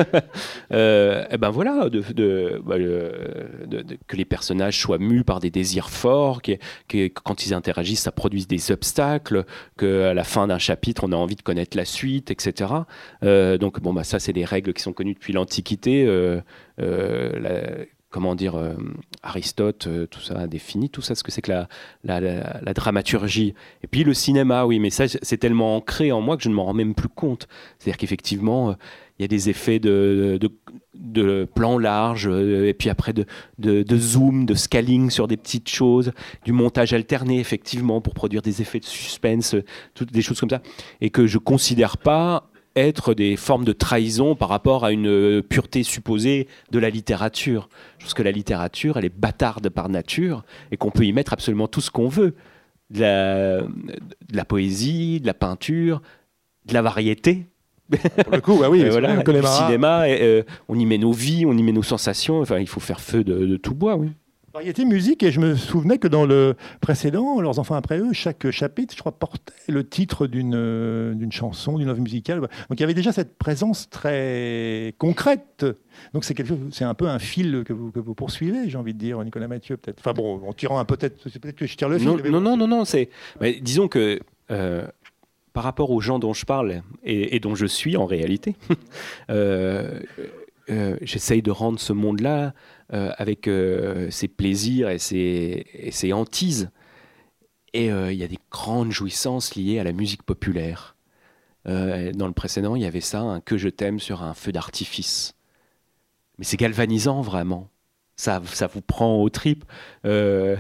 euh, et ben voilà, de, de, bah, de, de, de, que les personnages soient mus par des désirs forts, que, que quand ils interagissent, ça produise des obstacles, qu'à la fin d'un chapitre, on a envie de connaître la suite, et cetera. Euh, donc bon, bah, ça, c'est des règles qui sont connues depuis l'Antiquité. Euh, euh, la, comment dire, euh, Aristote, euh, tout ça a défini, tout ça, ce que c'est que la, la, la, la dramaturgie. Et puis le cinéma, oui, mais ça, c'est tellement ancré en moi que je ne m'en rends même plus compte. C'est-à-dire qu'effectivement, il euh, y a des effets de, de, de plan large, euh, et puis après de, de, de zoom, de scaling sur des petites choses, du montage alterné, effectivement, pour produire des effets de suspense, toutes des choses comme ça, et que je ne considère pas être des formes de trahison par rapport à une pureté supposée de la littérature. Je pense que la littérature, elle est bâtarde par nature et qu'on peut y mettre absolument tout ce qu'on veut. De la, de la poésie, de la peinture, de la variété. Pour le coup, bah oui, voilà, du cinéma, et, euh, on y met nos vies, on y met nos sensations. Enfin, il faut faire feu de, de tout bois, oui. Variété musique, et je me souvenais que dans le précédent, Leurs enfants après eux, chaque chapitre, je crois, portait le titre d'une euh, d'une chanson, d'une œuvre musicale. Donc il y avait déjà cette présence très concrète. Donc c'est quelque chose, c'est un peu un fil que vous, que vous poursuivez, j'ai envie de dire, Nicolas Mathieu, peut-être. Enfin bon, en tirant un peut-être, c'est peut-être que je tire le fil. Non, non, non, non, non, c'est. Mais disons que euh, par rapport aux gens dont je parle et, et dont je suis en réalité, euh, euh, j'essaye de rendre ce monde-là. Euh, avec euh, ses plaisirs et ses, et ses hantises. Et il euh, y a des grandes jouissances liées à la musique populaire. Euh, dans le précédent, il y avait ça, un Que je t'aime sur un feu d'artifice. Mais c'est galvanisant, vraiment. Ça, ça vous prend aux tripes. Euh...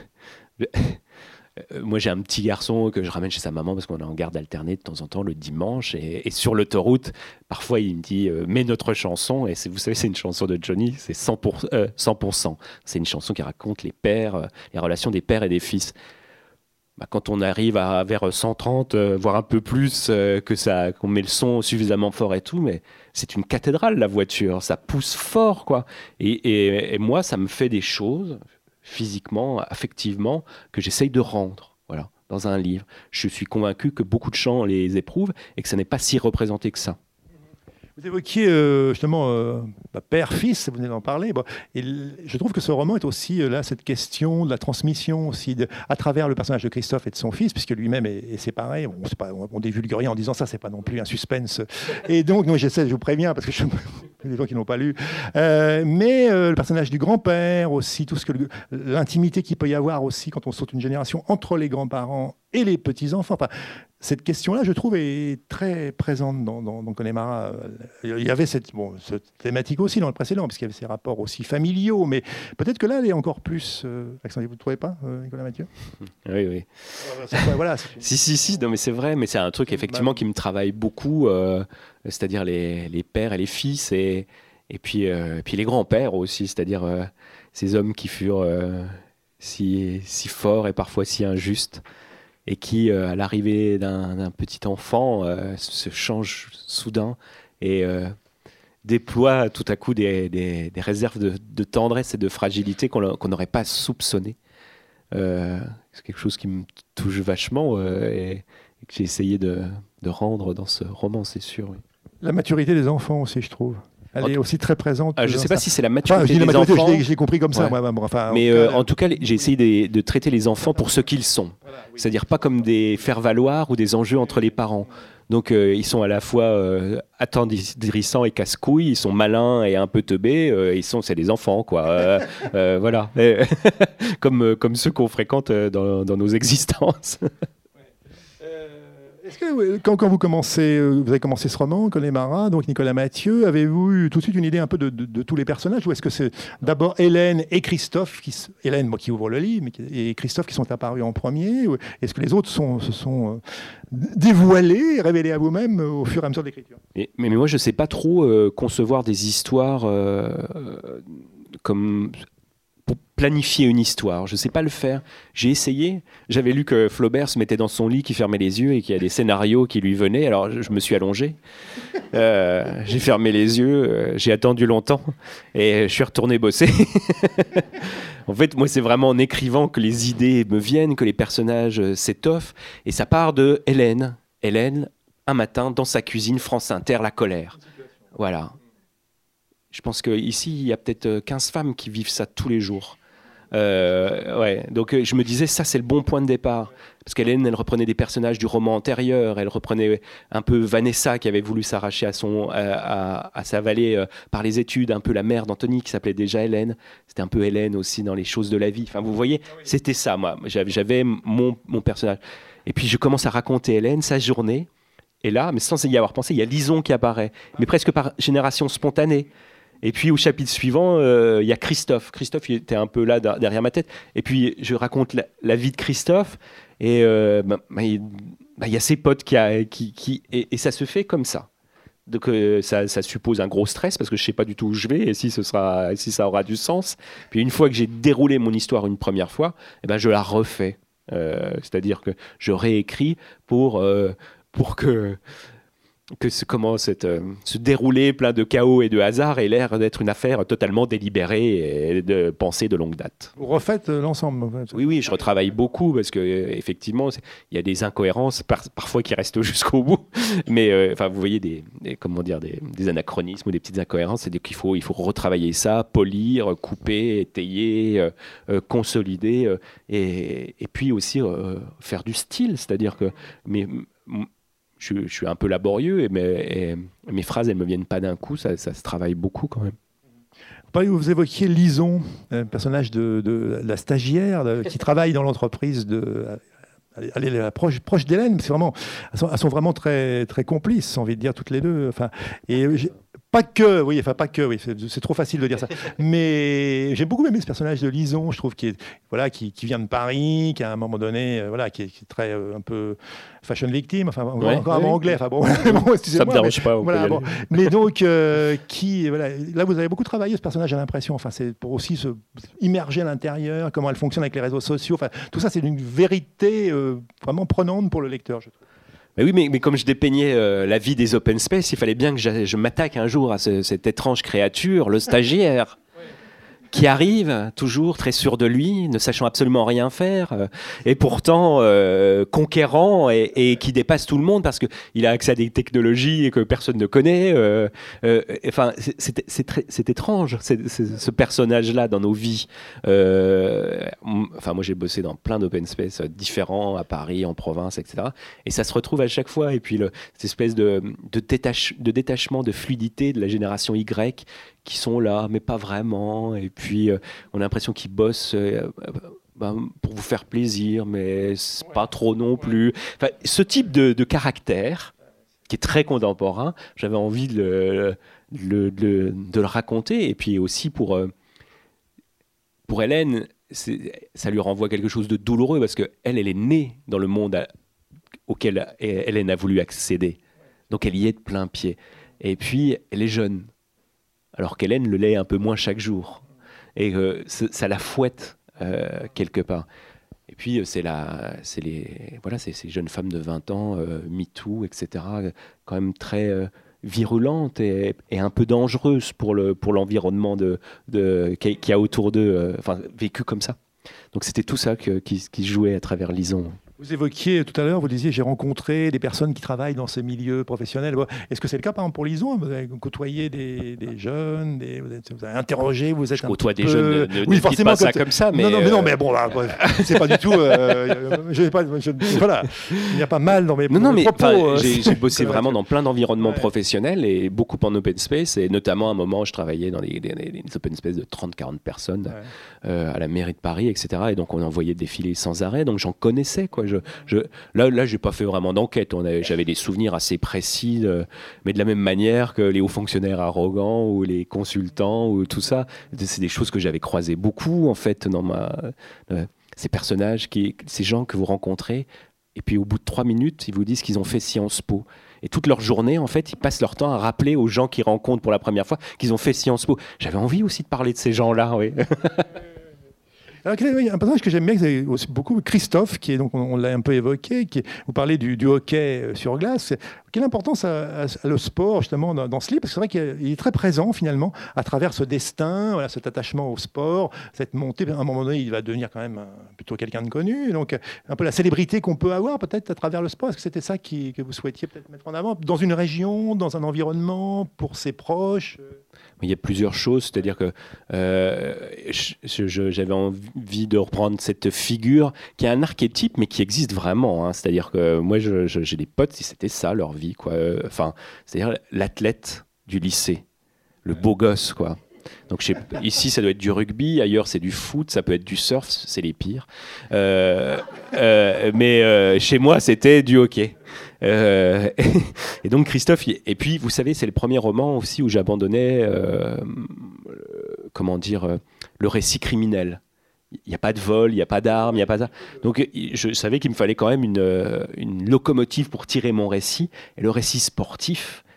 Moi, j'ai un petit garçon que je ramène chez sa maman parce qu'on est en garde alternée de temps en temps le dimanche. Et, et sur l'autoroute, parfois, il me dit euh, « Mets notre chanson ». Et vous savez, c'est une chanson de Johnny, c'est cent pour cent. Euh, cent pour cent. C'est une chanson qui raconte les pères, euh, les relations des pères et des fils. Bah, quand on arrive à vers cent trente, euh, voire un peu plus, euh, que ça, qu'on met le son suffisamment fort et tout, mais c'est une cathédrale, la voiture. Ça pousse fort, quoi. Et, et, et moi, ça me fait des choses... physiquement, affectivement, que j'essaye de rendre, voilà, dans un livre. Je suis convaincu que beaucoup de gens les éprouvent et que ça n'est pas si représenté que ça. Vous évoquiez euh, justement euh, bah, père-fils, vous venez d'en parler. Bon, et je trouve que ce roman est aussi euh, là cette question de la transmission aussi de, à travers le personnage de Christophe et de son fils, puisque lui-même est, est séparé. Bon, c'est pas, on, on divulgue rien en disant ça, c'est pas non plus un suspense. Et donc, non, j'essaie, je vous préviens parce que je des gens qui n'ont pas lu. Euh, mais euh, le personnage du grand-père aussi, tout ce que le, l'intimité qu'il peut y avoir aussi quand on saute une génération entre les grands-parents et les petits-enfants. Enfin, cette question-là, je trouve, est très présente dans, dans, dans Connemara. Il y avait cette, bon, cette thématique aussi dans le précédent, puisqu'il y avait ces rapports aussi familiaux, mais peut-être que là, elle est encore plus euh, accentuée. Vous ne trouvez pas, euh, Nicolas Mathieu ? Oui, oui. C'est quoi, voilà, c'est... si, si, si, non, mais c'est vrai, mais c'est un truc, effectivement, qui me travaille beaucoup, euh, c'est-à-dire les, les pères et les fils, et, et puis, euh, puis les grands-pères aussi, c'est-à-dire euh, ces hommes qui furent euh, si, si forts et parfois si injustes, et qui, euh, à l'arrivée d'un, d'un petit enfant, euh, se changent soudain et euh, déploient tout à coup des, des, des réserves de, de tendresse et de fragilité qu'on, qu'on n'aurait pas soupçonné. Euh, c'est quelque chose qui me touche vachement euh, et, et que j'ai essayé de, de rendre dans ce roman, c'est sûr. Oui. La maturité des enfants aussi, je trouve. Elle est aussi très présente. Ah, je ne sais pas si c'est la maturité enfin, des la maturité, enfants. Je l'ai, je l'ai compris comme ça. Ouais. Moi, bon, enfin, mais en, euh, cas, en tout cas, j'ai essayé de, de traiter les enfants pour ce qu'ils sont. Voilà, oui. C'est-à-dire pas comme des faire-valoir ou des enjeux entre les parents. Donc euh, ils sont à la fois euh, attendrissants et casse-couilles, ils sont malins et un peu teubés, euh, ils sont, c'est des enfants, quoi. Euh, euh, voilà. comme, comme ceux qu'on fréquente dans, dans nos existences. Est-ce que quand, quand vous commencez, vous avez commencé ce roman, Connemara, donc Nicolas Mathieu, avez-vous eu tout de suite une idée un peu de, de, de tous les personnages, ou est-ce que c'est d'abord Hélène et Christophe, qui, Hélène moi, qui ouvre le livre, mais qui, et Christophe qui sont apparus en premier, ou est-ce que les autres sont, se sont euh, dévoilés, révélés à vous-même euh, au fur et à mesure de l'écriture ? mais, mais moi, je ne sais pas trop euh, concevoir des histoires euh, comme... pour planifier une histoire. Je ne sais pas le faire. J'ai essayé. J'avais lu que Flaubert se mettait dans son lit, qu'il fermait les yeux et qu'il y a des scénarios qui lui venaient. Alors, je, je me suis allongé. Euh, j'ai fermé les yeux. Euh, j'ai attendu longtemps. Et je suis retourné bosser. En fait, moi, c'est vraiment en écrivant que les idées me viennent, que les personnages euh, s'étoffent. Et ça part de Hélène. Hélène, un matin, dans sa cuisine, France Inter, la colère. Voilà. Je pense qu'ici, il y a peut-être quinze femmes qui vivent ça tous les jours. Euh, ouais. Donc je me disais, ça c'est le bon point de départ. Parce qu'Hélène, elle reprenait des personnages du roman antérieur, elle reprenait un peu Vanessa qui avait voulu s'arracher à, son, à, à, à sa vallée euh, par les études, un peu la mère d'Anthony qui s'appelait déjà Hélène. C'était un peu Hélène aussi dans les choses de la vie. Enfin, vous voyez, c'était ça, moi. J'avais, j'avais mon, mon personnage. Et puis je commence à raconter Hélène, sa journée. Et là, mais sans y avoir pensé, il y a Lison qui apparaît, mais presque par génération spontanée. Et puis au chapitre suivant, il euh, y a Christophe. Christophe, il était un peu là derrière ma tête. Et puis je raconte la, la vie de Christophe. Et euh, bah, bah, il bah, y a ses potes qui, a, qui, qui et, et ça se fait comme ça. Donc euh, ça, ça suppose un gros stress parce que je sais pas du tout où je vais et si ce sera, si ça aura du sens. Puis une fois que j'ai déroulé mon histoire une première fois, eh ben je la refais. Euh, c'est-à-dire que je réécris pour euh, pour que que ce, comment cette, euh, se dérouler plein de chaos et de hasard ait l'air d'être une affaire totalement délibérée et de pensée de longue date. Vous refaites euh, l'ensemble en fait. Oui, oui, je retravaille beaucoup parce que euh, effectivement, il y a des incohérences par, parfois qui restent jusqu'au bout. Mais euh, enfin, vous voyez des, des comment dire des, des anachronismes ou des petites incohérences. C'est qu'il faut il faut retravailler ça, polir, couper, étayer, euh, euh, consolider euh, et, et puis aussi euh, faire du style, c'est-à-dire que mais m- Je, je suis un peu laborieux et mes, et mes phrases, elles ne me viennent pas d'un coup, ça, ça se travaille beaucoup quand même. Vous évoquiez Lison, un personnage de, de la stagiaire de, qui travaille dans l'entreprise de... Elle est proche, proche d'Hélène, c'est vraiment, elles sont, elles sont vraiment très, très complices, j'ai envie de dire, toutes les deux. Enfin, et pas que, oui, enfin pas que, oui, c'est, c'est trop facile de dire ça. Mais j'ai beaucoup aimé ce personnage de Lison, je trouve, qui, est, voilà, qui, qui vient de Paris, qui à un moment donné, euh, voilà, qui est, qui est très euh, un peu fashion victime, enfin ouais, encore ouais. un mot anglais, enfin bon, bon ça me dérange mais, pas. Voilà, bon, mais donc, euh, qui, voilà, là vous avez beaucoup travaillé ce personnage, j'ai l'impression, enfin c'est pour aussi se immerger à l'intérieur, comment elle fonctionne avec les réseaux sociaux, enfin tout ça c'est une vérité euh, vraiment prenante pour le lecteur, je trouve. Mais oui, mais, mais comme je dépeignais euh, la vie des open space, il fallait bien que je, je m'attaque un jour à ce, cette étrange créature, le stagiaire, qui arrive toujours très sûr de lui, ne sachant absolument rien faire, euh, et pourtant euh, conquérant et, et qui dépasse tout le monde parce qu'il a accès à des technologies et que personne ne connaît. Euh, euh, enfin, c'est, c'est, c'est, très, c'est étrange, c'est, c'est, ce personnage-là dans nos vies. Euh, enfin, moi, j'ai bossé dans plein d'open space différents, à Paris, en province, et cetera. Et ça se retrouve à chaque fois. Et puis, le, cette espèce de, de, détache, de détachement, de fluidité de la génération Y, qui sont là, mais pas vraiment. Et puis, euh, on a l'impression qu'ils bossent euh, ben, pour vous faire plaisir, mais c'est pas trop non plus. Enfin, ce type de, de caractère, qui est très contemporain, j'avais envie de le, de, de, de le raconter. Et puis aussi, pour, euh, pour Hélène, c'est, ça lui renvoie quelque chose de douloureux, parce qu'elle, elle est née dans le monde à, auquel Hélène a voulu accéder. Donc, elle y est de plein pied. Et puis, elle est jeune, alors qu'Hélène le l'est un peu moins chaque jour. Et euh, ça la fouette euh, quelque part. Et puis, c'est, la, c'est, les, voilà, c'est ces jeunes femmes de vingt ans, euh, MeToo, et cetera, quand même très euh, virulentes et, et un peu dangereuses pour, le, pour l'environnement de, de, qu'il y a autour d'eux, euh, enfin, vécu comme ça. Donc, c'était tout ça que, qui, qui se jouait à travers Lison. Vous évoquiez tout à l'heure, vous disiez, j'ai rencontré des personnes qui travaillent dans ces milieux professionnels. Est-ce que c'est le cas, par exemple, pour Lison? Vous avez côtoyé des, des jeunes, des, vous, êtes, vous avez interrogé, vous êtes je un côtoie petit des peu... jeunes, ne, ne oui, forcément pas ça comme ça, mais... Non, non, mais, euh... non, mais bon, là, c'est pas du tout... Euh, je vais pas, je, voilà, il n'y a pas mal dans mes, non, non, mes mais, propos. Euh, j'ai, j'ai bossé vraiment dans plein d'environnements ouais. professionnels et beaucoup en open space, et notamment à un moment, je travaillais dans des, des, des open space de trente à quarante personnes ouais. euh, à la mairie de Paris, et cetera. Et donc, on envoyait défiler sans arrêt, donc j'en connaissais, quoi. Je... je Là, là, j'ai pas fait vraiment d'enquête. On avait, j'avais des souvenirs assez précis, de, mais de la même manière que les hauts fonctionnaires arrogants ou les consultants ou tout ça. C'est des choses que j'avais croisées beaucoup en fait dans ma euh, ces personnages, qui, ces gens que vous rencontrez, et puis au bout de trois minutes, ils vous disent qu'ils ont fait Sciences Po. Et toute leur journée, en fait, ils passent leur temps à rappeler aux gens qu'ils rencontrent pour la première fois qu'ils ont fait Sciences Po. J'avais envie aussi de parler de ces gens-là, oui. Alors, un personnage que j'aime bien, c'est aussi beaucoup Christophe, qui est, donc, on l'a un peu évoqué, qui est, vous parlez du, du hockey sur glace. Quelle importance a, a, a le sport justement dans, dans ce livre? Parce que c'est vrai qu'il est très présent finalement à travers ce destin, voilà, cet attachement au sport, cette montée. À un moment donné, il va devenir quand même plutôt quelqu'un de connu. Donc un peu la célébrité qu'on peut avoir peut-être à travers le sport. Est-ce que c'était ça qui, que vous souhaitiez peut-être mettre en avant dans une région, dans un environnement, pour ses proches? Il y a plusieurs choses, c'est-à-dire que euh, je, je, j'avais envie de reprendre cette figure qui est un archétype, mais qui existe vraiment. Hein. C'est-à-dire que moi, je, je, j'ai des potes, si c'était ça leur vie, quoi. Enfin, c'est-à-dire l'athlète du lycée, le beau gosse, quoi. Donc chez, ici, ça doit être du rugby, ailleurs, c'est du foot, ça peut être du surf, c'est les pires. Euh, euh, mais euh, chez moi, c'était du hockey. Euh, et, et donc Christophe, et puis vous savez, c'est le premier roman aussi où j'abandonnais, euh, comment dire, euh, le récit criminel. Il n'y a pas de vol, il n'y a pas d'armes, il n'y a pas ça. Donc je savais qu'il me fallait quand même une, une locomotive pour tirer mon récit. Et le récit sportif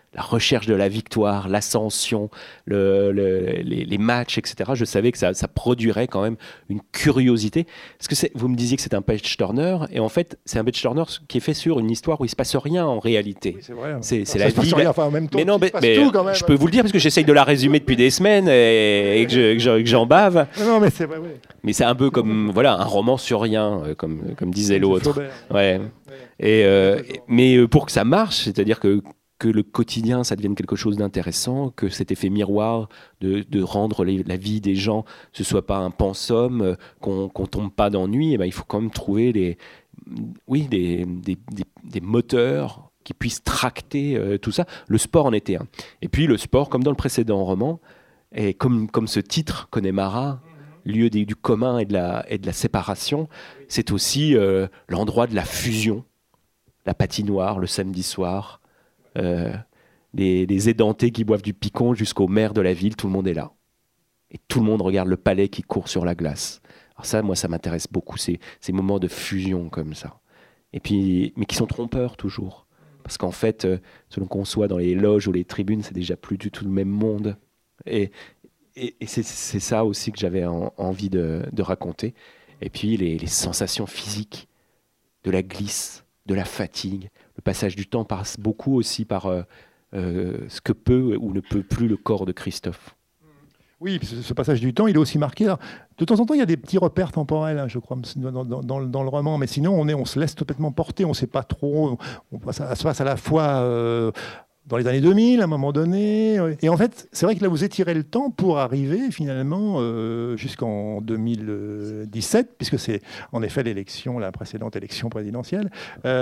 la recherche de la victoire, l'ascension, le, le, les, les matchs, et cetera. Je savais que ça, ça produirait quand même une curiosité. Parce que c'est, vous me disiez que c'est un page-turner, et en fait, c'est un page-turner qui est fait sur une histoire où il ne se passe rien en réalité. Oui, c'est vrai. C'est, c'est ça la se passe vie. Rien, enfin, en même temps, mais non, mais, mais tout, quand même. Je peux vous le dire parce que j'essaye de la résumer depuis des semaines et, et que, je, que, je, que j'en bave. Non, mais c'est vrai, oui. Mais c'est un peu comme voilà, un roman sur rien, comme, comme disait l'autre. Ouais. Et, euh, mais pour que ça marche, c'est-à-dire que que le quotidien, ça devienne quelque chose d'intéressant, que cet effet miroir de, de rendre les, la vie des gens, ce soit pas un pensum, qu'on qu'on tombe pas d'ennui, et ben il faut quand même trouver les, oui, des, des, des, des moteurs qui puissent tracter euh, tout ça. Le sport en était un. Et puis le sport, comme dans le précédent roman, et comme, comme ce titre, Connemara, lieu des, du commun et de la, et de la séparation, c'est aussi euh, l'endroit de la fusion, la patinoire le samedi soir, Euh, les, les édentés qui boivent du picon jusqu'au maire de la ville, tout le monde est là. Et tout le monde regarde le palais qui court sur la glace. Alors ça, moi, ça m'intéresse beaucoup, ces, ces moments de fusion comme ça. Et puis, mais qui sont trompeurs toujours. Parce qu'en fait, euh, selon qu'on soit dans les loges ou les tribunes, c'est déjà plus du tout le même monde. Et, et, et c'est, c'est ça aussi que j'avais en, envie de, de raconter. Et puis, les, les sensations physiques de la glisse, de la fatigue. Le passage du temps passe beaucoup aussi par euh, euh, ce que peut ou ne peut plus le corps de Christophe. Oui, ce passage du temps, il est aussi marqué. Alors, de temps en temps, il y a des petits repères temporels, hein, je crois, dans, dans, dans, dans le roman. Mais sinon, on, est, on se laisse complètement porter. On ne sait pas trop. On, ça se passe à la fois euh, dans les années deux mille, à un moment donné. Et en fait, c'est vrai que là, vous étirez le temps pour arriver finalement euh, jusqu'en deux mille dix-sept, puisque c'est en effet l'élection, la précédente élection présidentielle.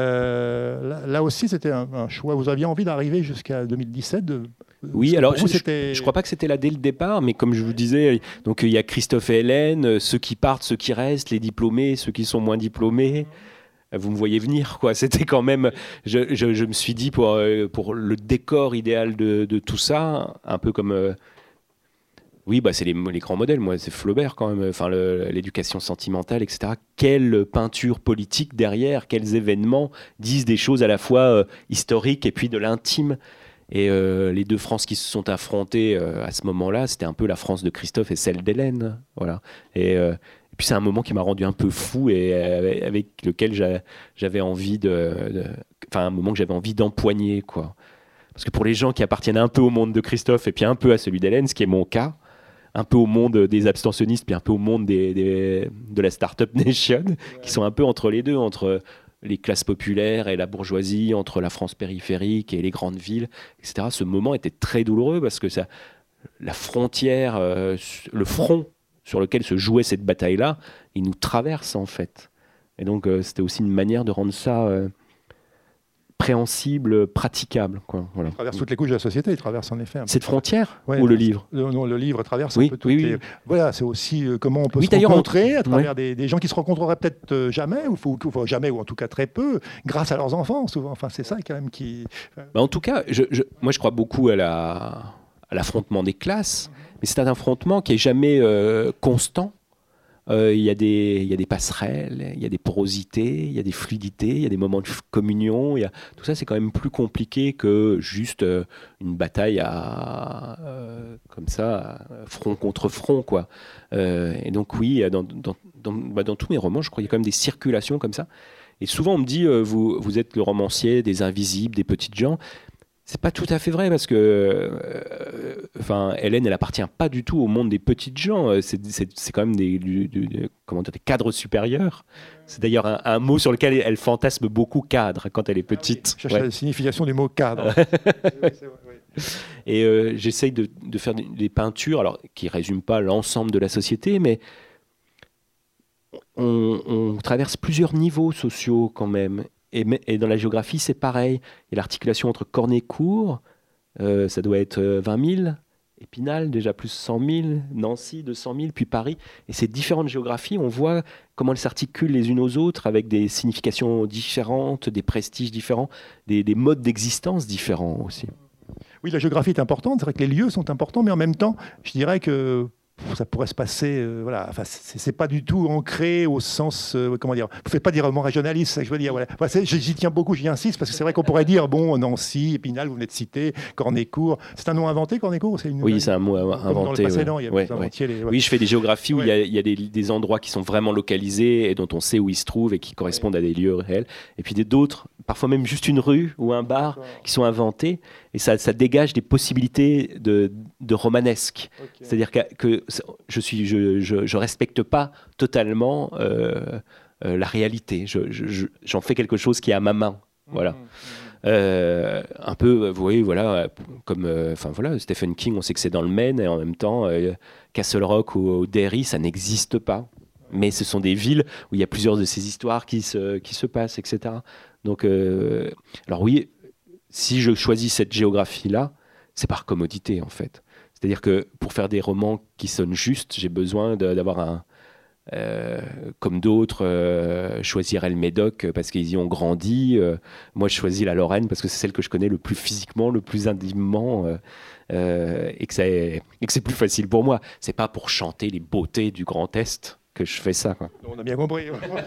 Euh, là, là aussi, c'était un, un choix. Vous aviez envie d'arriver jusqu'à deux mille dix-sept de, Oui, alors vous, je ne crois pas que c'était là dès le départ, mais comme je vous disais, donc il y a Christophe et Hélène, ceux qui partent, ceux qui restent, les diplômés, ceux qui sont moins diplômés. Vous me voyez venir, quoi. C'était quand même. Je, je, je me suis dit pour, pour le décor idéal de, de tout ça, un peu comme. Euh, oui, bah c'est les, les grands modèles. Moi, c'est Flaubert quand même. Enfin, le, l'éducation sentimentale, et cetera. Quelle peinture politique derrière, quels événements disent des choses à la fois euh, historiques et puis de l'intime. Et euh, les deux Frances qui se sont affrontées euh, à ce moment-là, c'était un peu la France de Christophe et celle d'Hélène. Voilà. Et. Euh, Et puis c'est un moment qui m'a rendu un peu fou et avec lequel j'avais envie de, de, enfin un moment que j'avais envie d'empoigner, quoi. Parce que pour les gens qui appartiennent un peu au monde de Christophe et puis un peu à celui d'Hélène, ce qui est mon cas, un peu au monde des abstentionnistes puis un peu au monde des, des, de la Startup Nation, qui sont un peu entre les deux, entre les classes populaires et la bourgeoisie, entre la France périphérique et les grandes villes, et cetera. Ce moment était très douloureux parce que ça, la frontière, euh, le front sur lequel se jouait cette bataille-là, il nous traverse en fait. Et donc euh, c'était aussi une manière de rendre ça euh, préhensible, praticable, quoi. Voilà. Il traverse toutes les couches de la société, il traverse en effet. Cette frontière ouais, ou le livre le, non, le livre traverse oui, un peu toutes oui, les... oui. Voilà, c'est aussi euh, comment on peut oui, se rencontrer on... à travers ouais. des, des gens qui se rencontreraient peut-être euh, jamais, ou, ou, ou jamais, ou en tout cas très peu, grâce à leurs enfants souvent. Enfin, c'est ça quand même qui... Bah, en tout cas, je, je, moi je crois beaucoup à, la, à l'affrontement des classes, mm-hmm. mais c'est un affrontement qui n'est jamais euh, constant. Il euh, y, y a des passerelles, il y a des porosités, il y a des fluidités, il y a des moments de communion. Y a... Tout ça, c'est quand même plus compliqué que juste euh, une bataille à, euh, comme ça, front contre front, quoi. Euh, et donc oui, dans, dans, dans, bah, dans tous mes romans, je crois qu'il y a quand même des circulations comme ça. Et souvent, on me dit, euh, vous, vous êtes le romancier des invisibles, des petites gens. C'est pas tout à fait vrai parce que, euh, enfin, Hélène, elle appartient pas du tout au monde des petites gens. C'est, c'est, c'est quand même des, du, du, du, comment dire, des cadres supérieurs. C'est d'ailleurs un, un mot sur lequel elle fantasme beaucoup, cadre, quand elle est petite. Je cherche ouais. la signification du mot cadre. Et euh, j'essaye de, de faire des, des peintures, alors qui résument pas l'ensemble de la société, mais on, on traverse plusieurs niveaux sociaux quand même. Et, et dans la géographie, c'est pareil. Il y a l'articulation entre Cornécourt, euh, ça doit être vingt mille, Épinal, déjà plus cent mille, Nancy, deux cent mille, puis Paris. Et ces différentes géographies, on voit comment elles s'articulent les unes aux autres avec des significations différentes, des prestiges différents, des, des modes d'existence différents aussi. Oui, la géographie est importante. C'est vrai que les lieux sont importants, mais en même temps, je dirais que ça pourrait se passer, euh, voilà. Enfin, c'est, c'est pas du tout ancré au sens, euh, comment dire. Vous faites pas des romans régionalistes, ça que je veux dire. Voilà. Enfin, c'est, j'y tiens beaucoup, j'y insiste parce que c'est vrai qu'on pourrait dire, bon, Nancy, Épinal, vous venez de citer, Cornécourt. C'est un nom inventé, Cornécourt, c'est une. Oui, c'est un mot comme inventé. Dans le précédent, ouais. il y a ouais, ouais. les, ouais. Oui, je fais des géographies où il ouais. y a, y a des, des endroits qui sont vraiment localisés et dont on sait où ils se trouvent et qui correspondent ouais. à des lieux réels. Et puis des, d'autres, parfois même juste une rue ou un bar D'accord. qui sont inventés. Et ça, ça dégage des possibilités de, de romanesque. Okay. C'est-à-dire que, que je suis, je, je, je respecte pas totalement euh, euh, la réalité. Je, je, j'en fais quelque chose qui est à ma main. Voilà. Mmh, mmh. Euh, un peu, vous voyez, voilà, comme, enfin euh, voilà, Stephen King, on sait que c'est dans le Maine, et en même temps, euh, Castle Rock ou, ou Derry, ça n'existe pas. Mais ce sont des villes où il y a plusieurs de ces histoires qui se, qui se passent, et cetera. Donc, euh, alors oui. Si je choisis cette géographie-là, c'est par commodité, en fait. C'est-à-dire que pour faire des romans qui sonnent justes, j'ai besoin de, d'avoir un... Euh, comme d'autres euh, choisiraient le Médoc parce qu'ils y ont grandi. Euh, moi, je choisis la Lorraine parce que c'est celle que je connais le plus physiquement, le plus intimement, euh, euh, et, que ça est, et que c'est plus facile pour moi. C'est pas pour chanter les beautés du Grand Est que je fais ça, quoi. On a bien compris.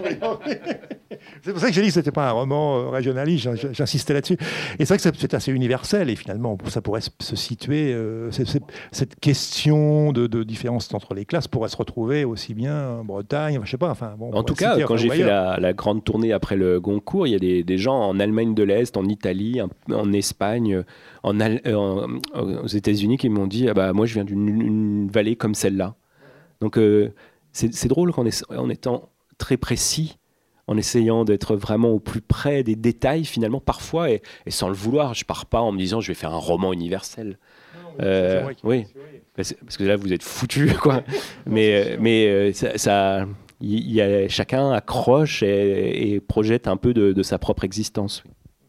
C'est pour ça que j'ai dit que c'était pas un roman régionaliste, j'insistais là-dessus. Et c'est vrai que c'est assez universel, et finalement, ça pourrait se situer, euh, c'est, c'est, cette question de, de différence entre les classes pourrait se retrouver aussi bien en Bretagne, je sais pas. Enfin, bon, en tout cas, quand j'ai fait la, la grande tournée après le Goncourt, il y a des, des gens en Allemagne de l'Est, en Italie, en, en Espagne, en, en, aux États-Unis qui m'ont dit ah bah, moi, je viens d'une une vallée comme celle-là. Donc, euh, c'est, c'est drôle qu'en est, en étant très précis, en essayant d'être vraiment au plus près des détails, finalement, parfois, et, et sans le vouloir, je pars pas en me disant je vais faire un roman universel. Non, euh, oui, parce, parce que là, vous êtes foutus, quoi. mais mais ça, ça y, y a, chacun accroche et, et projette un peu de, de sa propre existence.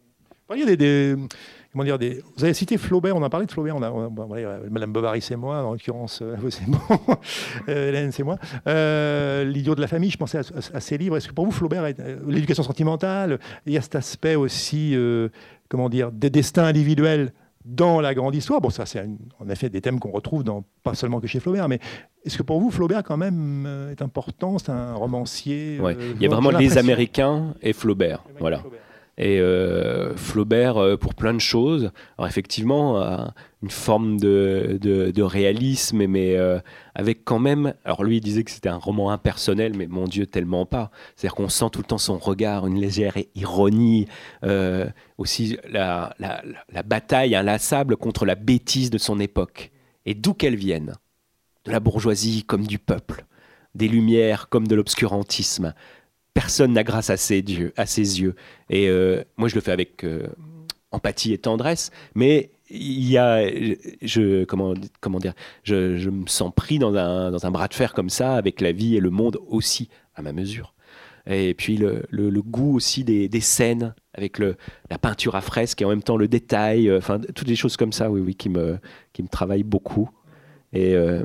Il y a des... des... Comment dire, des... Vous avez cité Flaubert, on a parlé de Flaubert, on a, on a, bon, voilà, Madame Bovary c'est moi, en l'occurrence euh, c'est moi, euh, Hélène c'est moi. Euh, L'idiot de la famille, je pensais à, à, à ces livres. Est-ce que pour vous Flaubert, est, euh, l'éducation sentimentale, il y a cet aspect aussi, euh, comment dire, des destins individuels dans la grande histoire. Bon, ça c'est une, en effet des thèmes qu'on retrouve dans, pas seulement que chez Flaubert, mais est-ce que pour vous Flaubert quand même euh, est important, c'est un romancier ouais. euh, Il y a vraiment les Américains et Flaubert, voilà. Flaubert. Et euh, Flaubert euh, pour plein de choses. Alors effectivement, euh, une forme de, de, de réalisme, mais euh, avec quand même... Alors lui, il disait que c'était un roman impersonnel, mais mon Dieu, tellement pas. C'est-à-dire qu'on sent tout le temps son regard, une légère ironie, euh, aussi la, la, la bataille inlassable contre la bêtise de son époque. Et d'où qu'elle vienne, de la bourgeoisie comme du peuple, des Lumières comme de l'obscurantisme. Personne n'a grâce à ses yeux. À ses yeux. Et euh, moi, je le fais avec euh, empathie et tendresse, mais il y a, je, comment, comment dire, je, je me sens pris dans un, dans un bras de fer comme ça, avec la vie et le monde aussi à ma mesure. Et puis le, le, le goût aussi des, des scènes, avec le, la peinture à fresque et en même temps le détail, enfin euh, toutes des choses comme ça, oui, oui, qui me, qui me travaillent beaucoup. Et euh,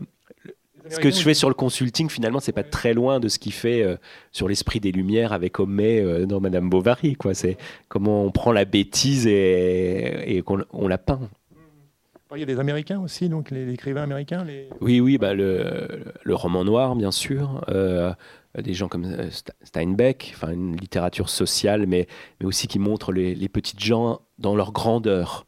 ce que je fais sur le consulting, finalement, c'est pas très loin de ce qu'il fait euh, sur l'esprit des Lumières avec Homais euh, dans Madame Bovary, quoi. C'est comment on prend la bêtise et, et qu'on on la peint. Il y a des Américains aussi, donc les, les écrivains américains. Les... Oui, oui, bah le, le roman noir, bien sûr. Euh, des gens comme Steinbeck, enfin une littérature sociale, mais, mais aussi qui montre les, les petites gens dans leur grandeur.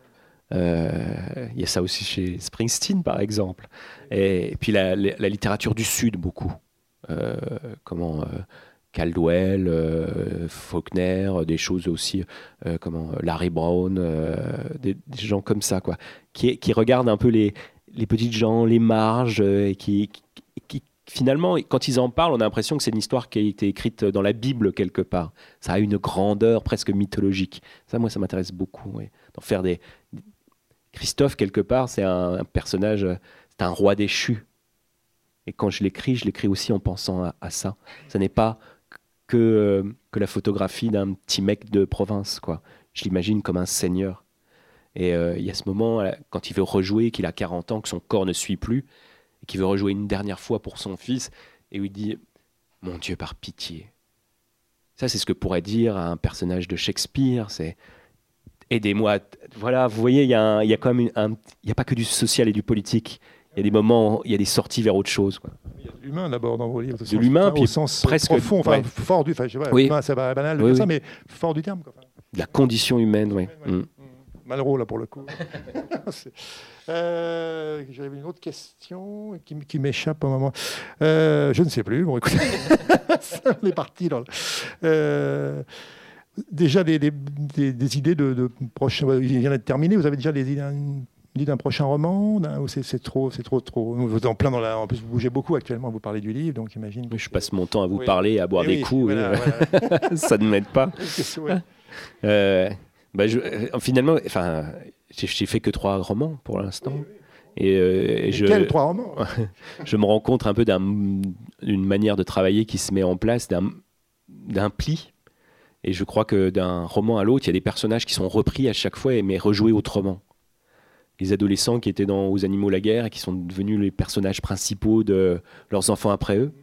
Il euh, y a ça aussi chez Springsteen, par exemple. Et, et puis la, la, la littérature du Sud, beaucoup. Euh, comment euh, Caldwell, euh, Faulkner, des choses aussi, euh, comment Larry Brown, euh, des, des gens comme ça, quoi, qui, qui regardent un peu les, les petites gens, les marges, euh, et qui, qui, qui, finalement, quand ils en parlent, on a l'impression que c'est une histoire qui a été écrite dans la Bible quelque part. Ça a une grandeur presque mythologique. Ça, moi, ça m'intéresse beaucoup. Oui. D'en faire des... Christophe, quelque part, c'est un, un personnage, c'est un roi déchu. Et quand je l'écris, je l'écris aussi en pensant à, à ça. Ce n'est pas que, euh, que la photographie d'un petit mec de province, quoi. Je l'imagine comme un seigneur. Et il euh, y a ce moment, quand il veut rejouer, qu'il a quarante ans, que son corps ne suit plus, et qu'il veut rejouer une dernière fois pour son fils, et où il dit « Mon Dieu, par pitié ». Ça, c'est ce que pourrait dire un personnage de Shakespeare, c'est... Aidez-moi. Voilà, vous voyez, il y a, un, il y a quand même un, il n'y a pas que du social et du politique. il y a des moments, il y a des sorties vers autre chose, quoi. Il y a de l'humain d'abord dans vos livres. De l'humain, puis au sens presque profond, enfin ouais. fort du, enfin je sais pas, oui. humain, c'est pas banal de oui, dire oui. ça, mais fort du terme, quoi. De la condition humaine, oui. Ouais, ouais. Mmh. Malraux là pour le coup. euh, J'avais une autre question qui, qui m'échappe au moment. Euh, je ne sais plus. Bon, écoutez, on est parti dans. Le... Euh, déjà des, des, des, des idées de, de prochain. Il vient d'être terminé. Vous avez déjà des idées, une idée d'un prochain roman ou c'est, c'est trop, c'est trop, trop. Vous êtes en plein dans la. En plus, vous bougez beaucoup actuellement. Vous parlez du livre, donc j'imagine. Je passe mon temps à vous oui. parler, à boire Et des oui, coups. Voilà, oui. voilà. Ça ne m'aide pas. Ouais. Euh, bah je, euh, finalement, enfin, j'ai, j'ai fait que trois romans pour l'instant. Oui, oui. Et, euh, et je, quels trois romans? Je me rends compte un peu d'un, d'une manière de travailler qui se met en place, d'un, d'un pli. Et je crois que d'un roman à l'autre, il y a des personnages qui sont repris à chaque fois, mais rejoués autrement. Les adolescents qui étaient dans Aux animaux la guerre et qui sont devenus les personnages principaux de leurs enfants après eux.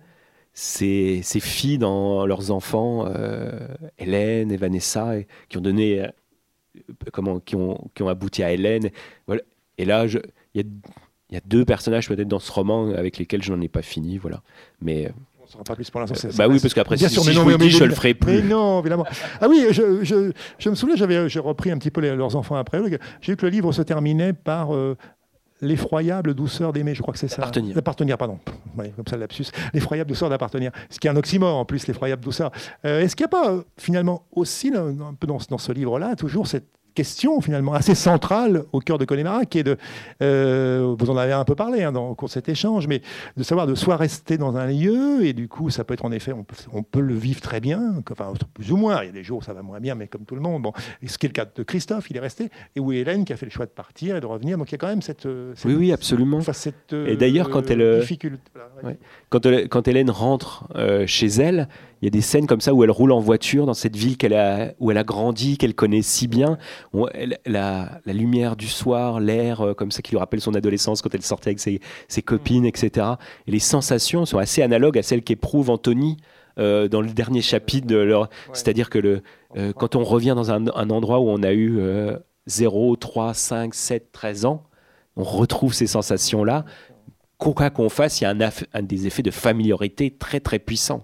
Ces, ces filles dans leurs enfants, euh, Hélène et Vanessa, et, qui ont donné, euh, comment, qui ont, qui ont abouti à Hélène. Voilà. Et là, il y a, y a deux personnages peut-être dans ce roman avec lesquels je n'en ai pas fini, voilà. Mais euh, on ne saura pas plus pour l'instant. C'est, bah c'est oui, parce qu'après, si, si, sûr, si non, je vous le dis, je mais, le ferai plus. Mais non, évidemment. Ah oui, je, je, je me souviens, j'avais, j'ai repris un petit peu les, leurs enfants après eux. J'ai vu que le livre se terminait par euh, l'effroyable douceur d'aimer, je crois que c'est ça. D'appartenir. D'appartenir, pardon. Ouais, comme ça, le lapsus. L'effroyable douceur d'appartenir. Ce qui est un oxymore, en plus, l'effroyable douceur. Euh, est-ce qu'il n'y a pas, euh, finalement, aussi, là, un peu dans, dans ce livre-là, toujours cette question finalement assez centrale au cœur de Connemara, qui est de, euh, vous en avez un peu parlé hein, dans, au cours de cet échange, mais de savoir de soit rester dans un lieu, et du coup ça peut être en effet, on peut, on peut le vivre très bien, enfin plus ou moins, il y a des jours où ça va moins bien, mais comme tout le monde. Bon, et ce qui est le cas de Christophe, il est resté, et où Hélène qui a fait le choix de partir et de revenir, donc il y a quand même cette, cette oui, oui, absolument. Enfin, cette, et d'ailleurs, quand elle, difficulté. Voilà, ouais. Ouais. Quand, elle, quand Hélène rentre euh, chez elle, il y a des scènes comme ça où elle roule en voiture dans cette ville qu'elle a, où elle a grandi, qu'elle connaît si bien. On, elle, la, la lumière du soir, l'air euh, comme ça qui lui rappelle son adolescence quand elle sortait avec ses, ses copines, et cetera. Et les sensations sont assez analogues à celles qu'éprouve Anthony euh, dans le dernier chapitre de leur... Ouais. C'est-à-dire que le, euh, quand on revient dans un, un endroit où on a eu euh, zéro, trois, cinq, sept, treize ans, on retrouve ces sensations-là. Quoi qu'on fasse, il y a un, aff- un des effets de familiarité très très puissants.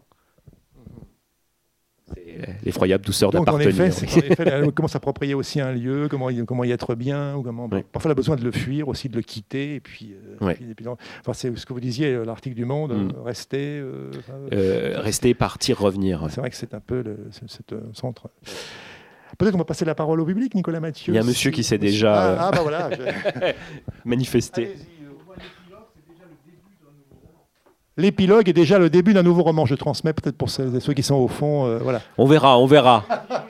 C'est l'effroyable douceur donc, d'appartenir. En effet, c'est, en effet elle, comment s'approprier aussi un lieu, comment, comment y être bien, ou comment, oui. Parfois elle a besoin de le fuir, aussi de le quitter. Et puis, euh, oui. et puis, et puis enfin, c'est ce que vous disiez, l'article du Monde, mm. euh, rester. Euh, euh, rester, partir, revenir. C'est vrai que c'est un peu le cet, euh, centre. Peut-être qu'on va passer la parole au public, Nicolas Mathieu. Il y a un monsieur si... qui s'est déjà ah, ah, bah voilà, je... manifesté. Allez-y. L'épilogue est déjà le début d'un nouveau roman. Je transmets peut-être pour ceux, ceux qui sont au fond. Euh, voilà. On verra, on verra.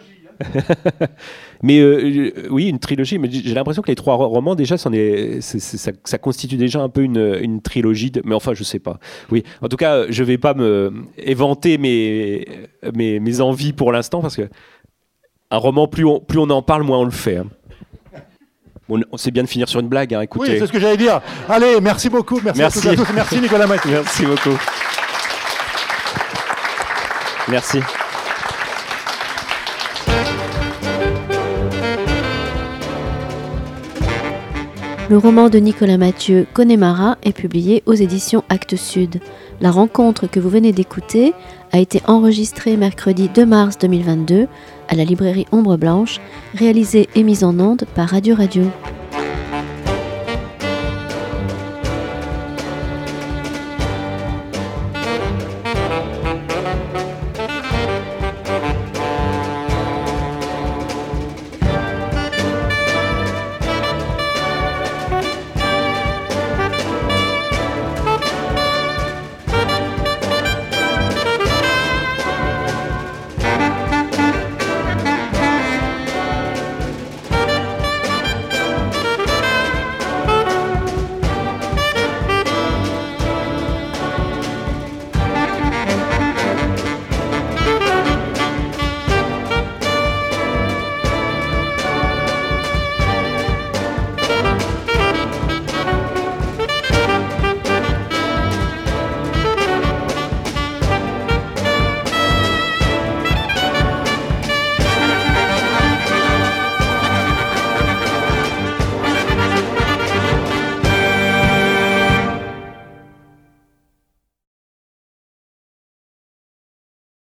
mais euh, oui, une trilogie. Mais j'ai l'impression que les trois romans déjà, c'en est, c'est, c'est, ça, ça constitue déjà un peu une, une trilogie. De, mais enfin, je sais pas. Oui, en tout cas, je vais pas me éventer mes, mes mes envies pour l'instant parce que un roman, plus on plus on en parle, moins on le fait. Hein. Bon, c'est bien de finir sur une blague, hein, écoutez. Oui, c'est ce que j'allais dire. Allez, merci beaucoup. Merci, merci. à toutes et à tous. Merci Nicolas Mathieu. Merci beaucoup. Merci. Le roman de Nicolas Mathieu, Connemara, est publié aux éditions Actes Sud. La rencontre que vous venez d'écouter a été enregistrée mercredi deux mars deux mille vingt-deux à la librairie Ombre Blanche, réalisée et mise en onde par Radio Radio.